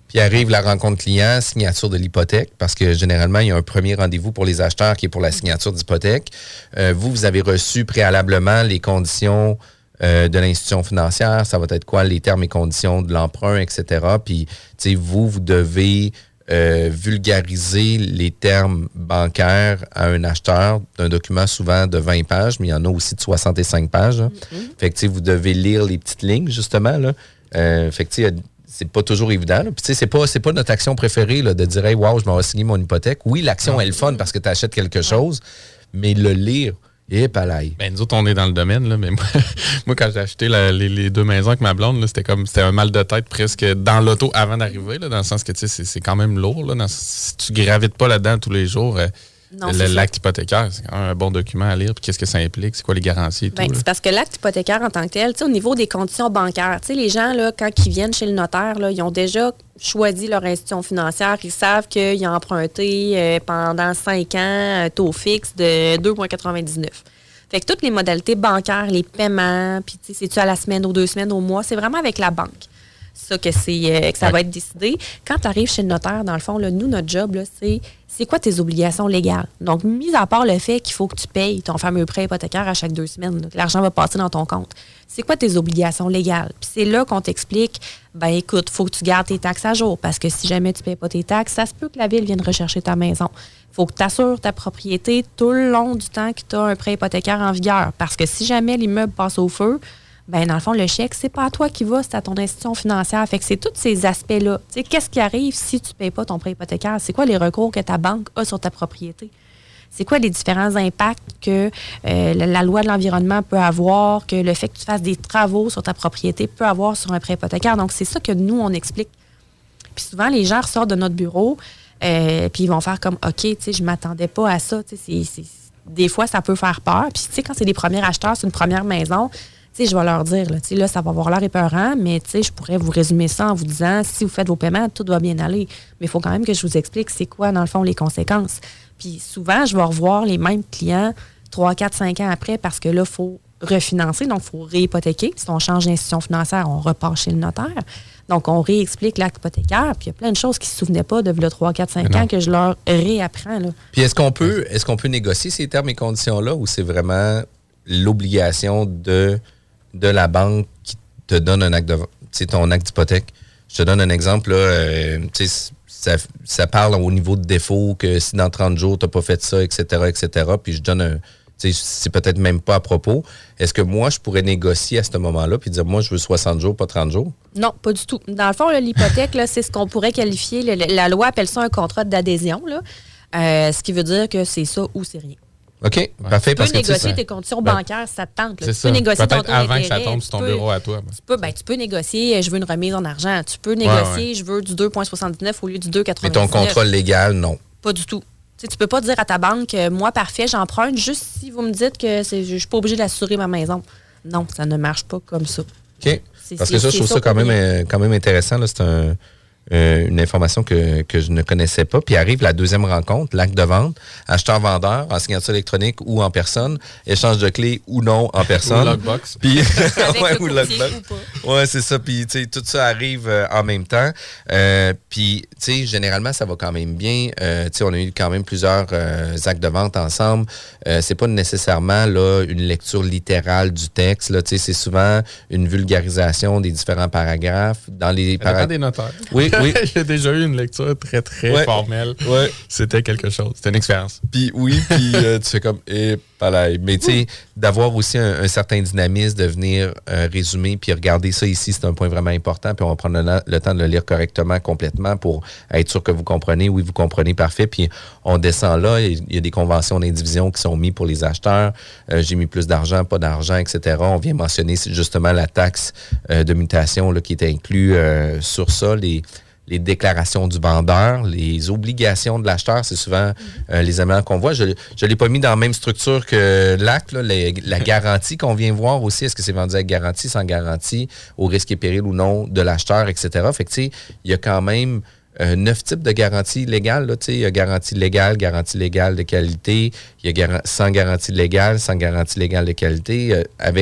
S6: Puis arrive la rencontre client, signature de l'hypothèque, parce que généralement, il y a un premier rendez-vous pour les acheteurs qui est pour la signature d'hypothèque. Euh, vous, vous avez reçu préalablement les conditions euh, de l'institution financière. Ça va être quoi, les termes et conditions de l'emprunt, et cetera. Puis, tu sais, vous, vous devez euh, vulgariser les termes bancaires à un acheteur d'un document souvent de vingt pages, mais il y en a aussi de soixante-cinq pages. Mm-hmm. Fait que, tu sais, vous devez lire les petites lignes, justement, là. Euh, fait que, tu sais, c'est pas toujours évident. Puis, tu sais, c'est pas, c'est pas notre action préférée là, de dire, hey, wow, je m'en vais signer mon hypothèque. Oui, l'action est le fun parce que tu achètes quelque chose, mais le lire, et palais.
S7: Ben, nous autres, on est dans le domaine, là, mais moi, moi quand j'ai acheté la, les, les deux maisons avec ma blonde, là, c'était comme c'était un mal de tête presque dans l'auto avant d'arriver, là, dans le sens que, tu sais, c'est, c'est quand même lourd. Là, dans, si tu gravites pas là-dedans tous les jours, euh, non, le, l'acte hypothécaire, c'est quand même un bon document à lire. Puis qu'est-ce que ça implique? C'est quoi les garanties et
S8: ben,
S7: tout?
S8: C'est parce que l'acte hypothécaire en tant que tel, au niveau des conditions bancaires, les gens, là, quand ils viennent chez le notaire, là, ils ont déjà choisi leur institution financière. Ils savent qu'ils ont emprunté euh, pendant cinq ans un taux fixe de deux virgule quatre-vingt-dix-neuf. Fait que toutes les modalités bancaires, les paiements, puis c'est-tu à la semaine, aux deux semaines, au mois, c'est vraiment avec la banque. Ça que, c'est, euh, que ça ouais. va être décidé. Quand tu arrives chez le notaire, dans le fond, là, nous, notre job, là, c'est c'est quoi tes obligations légales? Donc, mis à part le fait qu'il faut que tu payes ton fameux prêt hypothécaire à chaque deux semaines, là, que l'argent va passer dans ton compte, c'est quoi tes obligations légales? Puis c'est là qu'on t'explique, ben écoute, il faut que tu gardes tes taxes à jour, parce que si jamais tu ne payes pas tes taxes, ça se peut que la ville vienne rechercher ta maison. Il faut que tu assures ta propriété tout le long du temps que tu as un prêt hypothécaire en vigueur, parce que si jamais l'immeuble passe au feu, ben dans le fond, le chèque, c'est pas à toi qui va, c'est à ton institution financière. Fait que c'est tous ces aspects-là. Tu sais, qu'est-ce qui arrive si tu ne payes pas ton prêt hypothécaire? C'est quoi les recours que ta banque a sur ta propriété? C'est quoi les différents impacts que euh, la, la loi de l'environnement peut avoir, que le fait que tu fasses des travaux sur ta propriété peut avoir sur un prêt hypothécaire? Donc, c'est ça que nous, on explique. Puis souvent, les gens ressortent de notre bureau, euh, puis ils vont faire comme, OK, tu sais, je ne m'attendais pas à ça. Tu sais, c'est, c'est, des fois, ça peut faire peur. Puis, tu sais, quand c'est des premiers acheteurs, c'est une première maison, tu sais, je vais leur dire, là, tu sais, là, ça va avoir l'air épeurant, mais tu sais, je pourrais vous résumer ça en vous disant, si vous faites vos paiements, tout va bien aller. Mais il faut quand même que je vous explique c'est quoi, dans le fond, les conséquences. Puis souvent, je vais revoir les mêmes clients trois, quatre, cinq ans après parce que là, il faut refinancer, donc il faut réhypothéquer. Si on change d'institution financière, on repart chez le notaire. Donc, on réexplique l'acte hypothécaire, puis il y a plein de choses qu'ils ne se souvenaient pas de là, trois, quatre, cinq ans que je leur réapprends. Là.
S6: Puis est-ce qu'on peut, est-ce qu'on peut négocier ces termes et conditions-là ou c'est vraiment l'obligation de... de la banque qui te donne un acte de, c'est ton acte d'hypothèque. Je te donne un exemple, là, euh, ça, ça parle au niveau de défaut que si dans trente jours, tu n'as pas fait ça, et cetera, et cetera. Puis je donne un, c'est peut-être même pas à propos. Est-ce que moi, je pourrais négocier à ce moment-là puis dire, moi, je veux soixante jours, pas trente jours?
S8: Non, pas du tout. Dans le fond, là, l'hypothèque, là, c'est ce qu'on pourrait qualifier, le, la loi appelle ça un contrat d'adhésion, là, euh, ce qui veut dire que c'est ça ou c'est rien.
S6: OK, ouais. Parfait.
S8: Tu peux
S6: parce
S8: négocier
S6: que,
S8: tes conditions
S7: ben,
S8: bancaires si ça te tente.
S7: C'est
S8: tu
S7: ça.
S8: peux négocier
S7: Peut-être
S8: ton taux
S7: avant
S8: d'intérêt,
S7: que ça tombe sur ton
S8: peux,
S7: bureau à toi.
S8: Tu peux, ben, tu peux négocier, je veux une remise en argent. Tu peux négocier,
S7: ouais, ouais.
S8: je veux du deux virgule soixante-dix-neuf au lieu du deux virgule
S6: mais
S8: quatre-vingt-dix-neuf.
S6: ton contrôle légal, non.
S8: Pas du tout. Tu ne peux pas dire à ta banque, euh, moi, parfait, j'emprunte, juste si vous me dites que c'est, je ne suis pas obligé d'assurer ma maison. Non, ça ne marche pas comme ça.
S6: OK.
S8: C'est,
S6: Parce
S8: c'est,
S6: que ça, je trouve ça quand même, euh, quand même intéressant. Là. C'est un... Euh, une information que, que je ne connaissais pas. Puis arrive la deuxième rencontre, l'acte de vente, acheteur-vendeur, en signature électronique ou en personne, échange de clés ou non en personne.
S7: Ou lockbox.
S6: Puis, ouais,
S8: ou
S6: lockbox. Ouais, c'est ça. Puis, tu sais, tout ça arrive euh, en même temps. Euh, puis, tu sais, généralement, ça va quand même bien. Euh, tu sais, on a eu quand même plusieurs euh, actes de vente ensemble. Euh, c'est pas nécessairement là une lecture littérale du texte. Là, tu sais, c'est souvent une vulgarisation des différents paragraphes. Dans les
S7: paragraphes des notaires.
S6: Oui. Oui.
S7: J'ai déjà eu une lecture très, très ouais. formelle.
S6: Ouais.
S7: C'était quelque chose. C'était une expérience.
S6: Puis oui, puis euh, tu fais comme, eh, palais. Mais tu sais, d'avoir aussi un, un certain dynamisme, de venir euh, résumer, puis regarder ça ici, c'est un point vraiment important. Puis on va prendre le, le temps de le lire correctement, complètement, pour être sûr que vous comprenez. Oui, vous comprenez, parfait. Puis on descend là. Il y a des conventions d'indivision qui sont mises pour les acheteurs. Euh, j'ai mis plus d'argent, pas d'argent, et cetera. On vient mentionner justement la taxe euh, de mutation là, qui est inclue euh, sur ça. Les les déclarations du vendeur, les obligations de l'acheteur, c'est souvent euh, les éléments qu'on voit. Je ne l'ai pas mis dans la même structure que l'acte, là, les, la garantie qu'on vient voir aussi. Est-ce que c'est vendu avec garantie, sans garantie, au risque et péril ou non de l'acheteur, et cetera. Fait que, tu sais, il y a quand même euh, neuf types de garanties légales. Là, tu sais, il y a garantie légale, garantie légale de qualité, il y a gar- sans garantie légale, sans garantie légale de qualité, euh, avec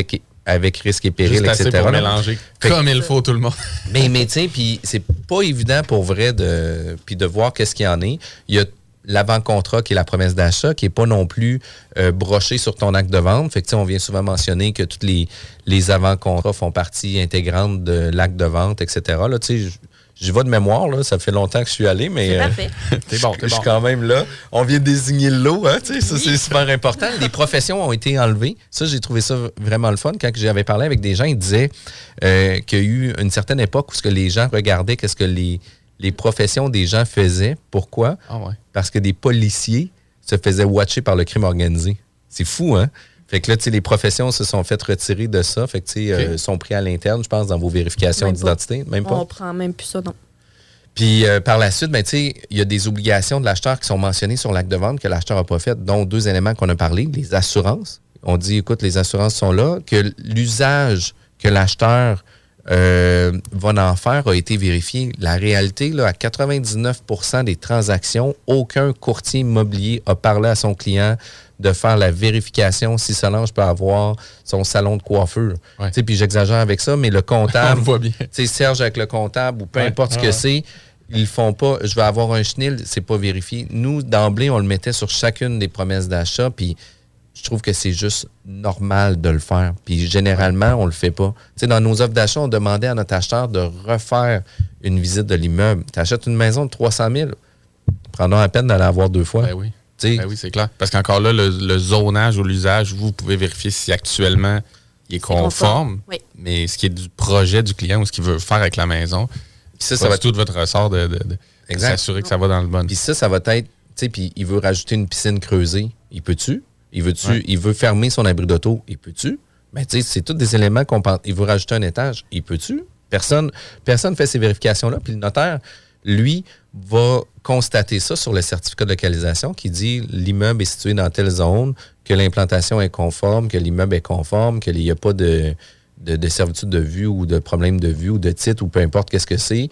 S6: avec risque et péril,
S7: Juste
S6: et cetera.
S7: Assez pour mélanger fait comme il faut tout le monde.
S6: mais mais tu sais, puis c'est pas évident pour vrai de, puis de voir qu'est-ce qu'il y en est. Il y a l'avant-contrat qui est la promesse d'achat, qui n'est pas non plus euh, broché sur ton acte de vente. Fait que, tu sais, on vient souvent mentionner que tous les, les avant-contrats font partie intégrante de l'acte de vente, et cetera. Là, tu sais, j'y vais de mémoire, là. Ça fait longtemps que je suis allé, mais euh,
S7: t'es bon, t'es
S6: je suis
S7: bon.
S6: quand même là. On vient de désigner le lot, hein, tu sais, ça,
S8: Oui.
S6: c'est super important. Les professions ont été enlevées. Ça, j'ai trouvé ça vraiment le fun. Quand j'avais parlé avec des gens, ils disaient euh, qu'il y a eu une certaine époque où ce que les gens regardaient, qu'est-ce que les, les professions des gens faisaient. Pourquoi?
S7: Ah ouais.
S6: Parce que des policiers se faisaient watcher par le crime organisé. C'est fou, hein? Fait que là, tu sais, les professions se sont fait retirer de ça. Fait que, tu sais,
S7: Okay.
S6: euh, sont pris à l'interne, je pense, dans vos vérifications
S8: Même
S6: d'identité. Même pas.
S8: On prend même plus ça, non.
S6: Puis euh, par la suite, ben, tu sais, il y a des obligations de l'acheteur qui sont mentionnées sur l'acte de vente que l'acheteur n'a pas fait, dont deux éléments qu'on a parlé, les assurances. On dit, écoute, les assurances sont là, que l'usage que l'acheteur euh, va en faire a été vérifié. La réalité, là, à quatre-vingt-dix-neuf pour cent des transactions, aucun courtier immobilier a parlé à son client de faire la vérification si Solange peut avoir son salon de coiffure.
S7: Ouais.
S6: Tu sais, puis j'exagère avec ça, mais le
S7: On
S6: comptable,
S7: le voit bien.
S6: tu sais, Serge avec le comptable ou peu
S7: Ouais.
S6: importe ce que
S7: Ouais.
S6: c'est, ils le font pas. Je vais avoir un chenil, c'est pas vérifié. Nous, d'emblée, on le mettait sur chacune des promesses d'achat, puis je trouve que c'est juste normal de le faire. Puis généralement, on le fait pas. Tu sais, dans nos offres d'achat, on demandait à notre acheteur de refaire une visite de l'immeuble. Tu achètes une maison de trois cent mille, prendons la peine d'aller la voir deux fois.
S7: Ben oui.
S6: Tu sais,
S7: Ben oui, c'est clair. Parce qu'encore là, le, le zonage ou l'usage, vous pouvez vérifier si actuellement il est conforme,
S8: conforme. Oui.
S7: mais ce qui est du projet du client ou ce qu'il veut faire avec la maison,
S6: puis ça,
S7: ça,
S6: ça va
S7: va tout de votre ressort de, de, de- de
S6: Exact.
S7: s'assurer que ça va dans le bon.
S6: Puis ça, ça va être, tu sais, puis il veut rajouter une piscine creusée. Il peut-tu? Il veut-tu?
S7: Ouais.
S6: Il veut fermer son abri d'auto. Il peut-tu? Ben, tu sais, c'est tous des éléments qu'on pense. Il veut rajouter un étage. Il peut-tu? Personne personne fait ces vérifications-là. Puis le notaire, lui, va constater ça sur le certificat de localisation qui dit l'immeuble est situé dans telle zone, que l'implantation est conforme, que l'immeuble est conforme, qu'il n'y a pas de, de, de servitude de vue ou de problème de vue ou de titre ou peu importe qu'est-ce que c'est.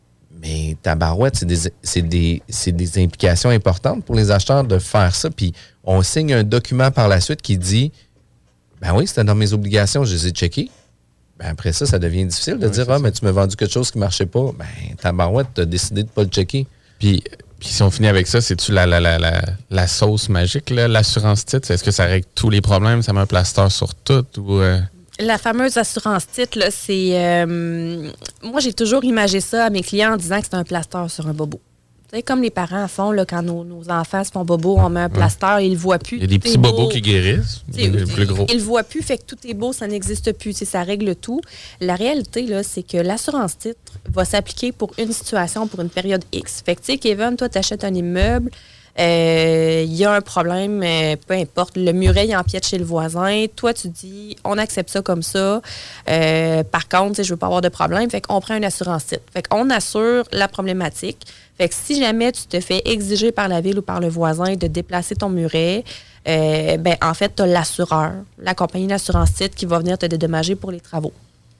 S6: Mais tabarouette, c'est des, c'est des, c'est des implications importantes pour les acheteurs de faire ça. Puis on signe un document par la suite qui dit ben oui, c'était dans mes obligations, je les ai checkées. Ben après ça, ça devient difficile de
S7: Ouais,
S6: dire
S7: c'est
S6: ah,
S7: ça.
S6: mais tu m'as vendu quelque chose qui ne marchait pas. Ben tabarouette, tu as décidé de ne pas le checker.
S7: Puis, puis si on finit avec ça, c'est-tu la, la, la, la, la sauce magique, là, l'assurance titre? Est-ce que ça règle tous les problèmes? Ça met un plaster sur tout? Ou, euh...
S8: La fameuse assurance titre, là, c'est. euh, moi, j'ai toujours imagé ça à mes clients en disant que c'est un plaster sur un bobo. Tu sais, comme les parents font là, quand nos, nos enfants se font bobo, on met un plaster, ils le voient plus.
S7: Il y a des
S8: tout
S7: petits
S8: est beau.
S7: bobos qui guérissent,
S8: T'sais,
S7: les plus gros.
S8: Ils le voient plus, fait que tout est beau, ça n'existe plus. T'sais, ça règle tout. La réalité, là, c'est que l'assurance titre va s'appliquer pour une situation, pour une période X. Fait que, tu sais, Kevin, toi, tu achètes un immeuble, il euh, y a un problème, euh, peu importe, le muret il empiète chez le voisin. Toi, tu dis, on accepte ça comme ça. Euh, par contre, je veux pas avoir de problème. Fait qu'on prend une assurance titre. Fait qu'on assure la problématique. Fait que si jamais tu te fais exiger par la ville ou par le voisin de déplacer ton muret, euh, ben en fait, tu as l'assureur, la compagnie d'assurance titre qui va venir te dédommager pour les travaux.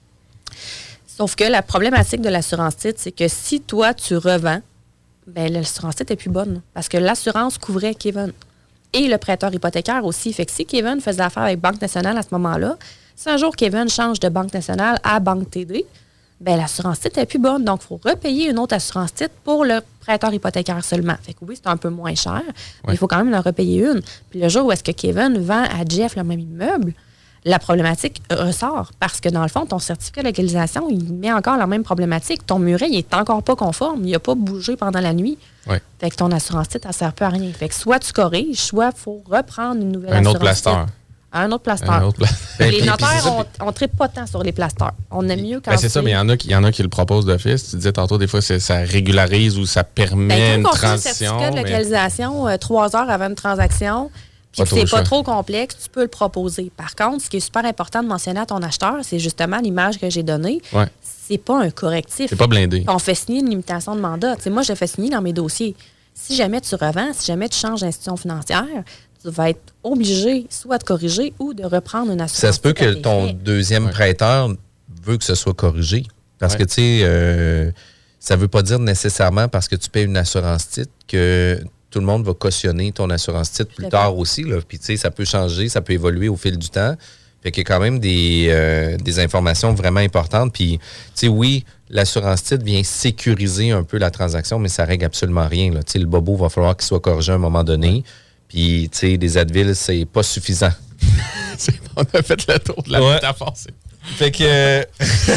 S8: Sauf que la problématique de l'assurance titre, c'est que si toi, tu revends, ben l'assurance titre est plus bonne. Parce que l'assurance couvrait Kevin. Et le prêteur hypothécaire aussi. Fait que si Kevin faisait affaire avec Banque Nationale à ce moment-là, si un jour Kevin change de Banque Nationale à Banque T D, ben l'assurance titre est plus bonne. Donc, il faut repayer une autre assurance titre pour le prêteur hypothécaire seulement. Fait que oui, c'est un peu moins cher, mais il faut quand même en repayer une. Puis le jour où est-ce que Kevin vend à Jeff le même immeuble, la problématique ressort. Parce que dans le fond, ton certificat de localisation, il met encore la même problématique. Ton muret, il est encore pas conforme. Il n'a pas bougé pendant la nuit.
S7: Ouais.
S8: Fait que ton assurance titre, elle ne sert plus à rien. Fait que soit tu corriges, soit il faut reprendre une nouvelle
S7: Un
S8: assurance
S7: autre plaster.
S8: titre. Un autre plaster.
S7: Un autre plaster.
S6: Ben,
S8: Les
S6: puis-
S8: notaires,
S6: puis c'est ça,
S8: on ne tripe pas tant sur les plasters. On aime mieux quand
S7: Ben, c'est ça, mais il y en a qui, il y en a qui le proposent d'office. Tu disais tantôt, des fois, c'est- ça régularise ou ça permet
S8: Ben,
S7: une
S8: quand on fait un
S7: transition.
S8: certificat de
S7: mais-
S8: localisation euh, trois heures avant une transaction, puis
S7: Pas
S8: que
S7: trop
S8: c'est
S7: le
S8: pas
S7: choix.
S8: trop complexe, tu peux le proposer. Par contre, ce qui est super important de mentionner à ton acheteur, c'est justement l'image que j'ai donnée.
S7: Ouais.
S8: C'est pas un correctif.
S7: C'est pas blindé.
S8: On fait signer une limitation de mandat. Tu sais, moi, je fais signer dans mes dossiers. Si jamais tu revends, si jamais tu changes d'institution financière, tu vas être obligé soit de corriger ou de reprendre une assurance.
S6: Ça se peut
S8: titre à
S6: que
S8: tes
S6: ton
S8: frais.
S6: deuxième
S7: Ouais.
S6: prêteur veut que ce soit corrigé. Parce
S7: Ouais.
S6: que, tu sais, euh, ça ne veut pas dire nécessairement parce que tu payes une assurance titre que tout le monde va cautionner ton assurance titre plus
S8: à
S6: tard aussi. Là. Puis, tu sais, ça peut changer, ça peut évoluer au fil du temps. Fait qu'il y a quand même des, euh, des informations vraiment importantes. Puis, tu sais, oui, l'assurance titre vient sécuriser un peu la transaction, mais ça règle absolument rien. Tu sais, le bobo va falloir qu'il soit corrigé à un moment donné. Puis, tu sais, des Advil, c'est pas suffisant.
S7: On a fait le tour de la
S6: ouais.
S7: métaphore.
S6: Fait que...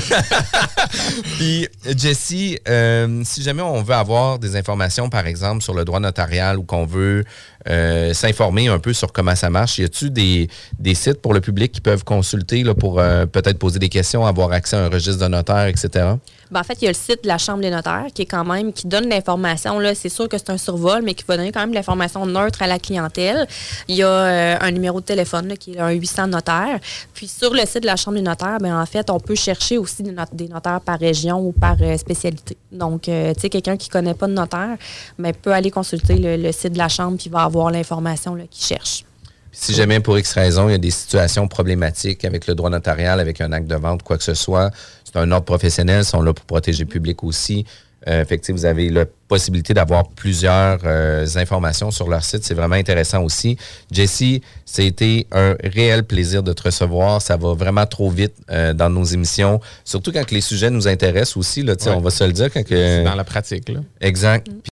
S6: Puis, Jessie, euh, si jamais on veut avoir des informations, par exemple, sur le droit notarial ou qu'on veut euh, s'informer un peu sur comment ça marche, y a-t-il des, des sites pour le public qui peuvent consulter là, pour euh, peut-être poser des questions, avoir accès à un registre de notaire, et cetera?
S8: Ben, en fait, il y a le site de la Chambre des notaires qui est quand même, qui donne l'information. Là, c'est sûr que c'est un survol, mais qui va donner quand même de l'information neutre à la clientèle. Il y a euh, un numéro de téléphone là, qui est un huit cents notaires. Puis sur le site de la Chambre des notaires, ben, en fait, on peut chercher aussi des, not- des notaires par région ou par euh, spécialité. Donc, euh, tu sais, quelqu'un qui ne connaît pas de notaire, ben, peut aller consulter le, le site de la Chambre puis va avoir l'information là, qu'il cherche.
S6: Si jamais, pour X raison, il y a des situations problématiques avec le droit notarial, avec un acte de vente, quoi que ce soit, c'est un ordre professionnel, ils sont là pour protéger le public aussi. Euh, fait que, vous avez la possibilité d'avoir plusieurs euh, informations sur leur site. C'est vraiment intéressant aussi. Jessie, c'était un réel plaisir de te recevoir. Ça va vraiment trop vite euh, dans nos émissions, surtout quand les sujets nous intéressent aussi. Là, ouais. On va se le dire. Quand que...
S7: C'est dans la pratique. Là.
S6: Exact.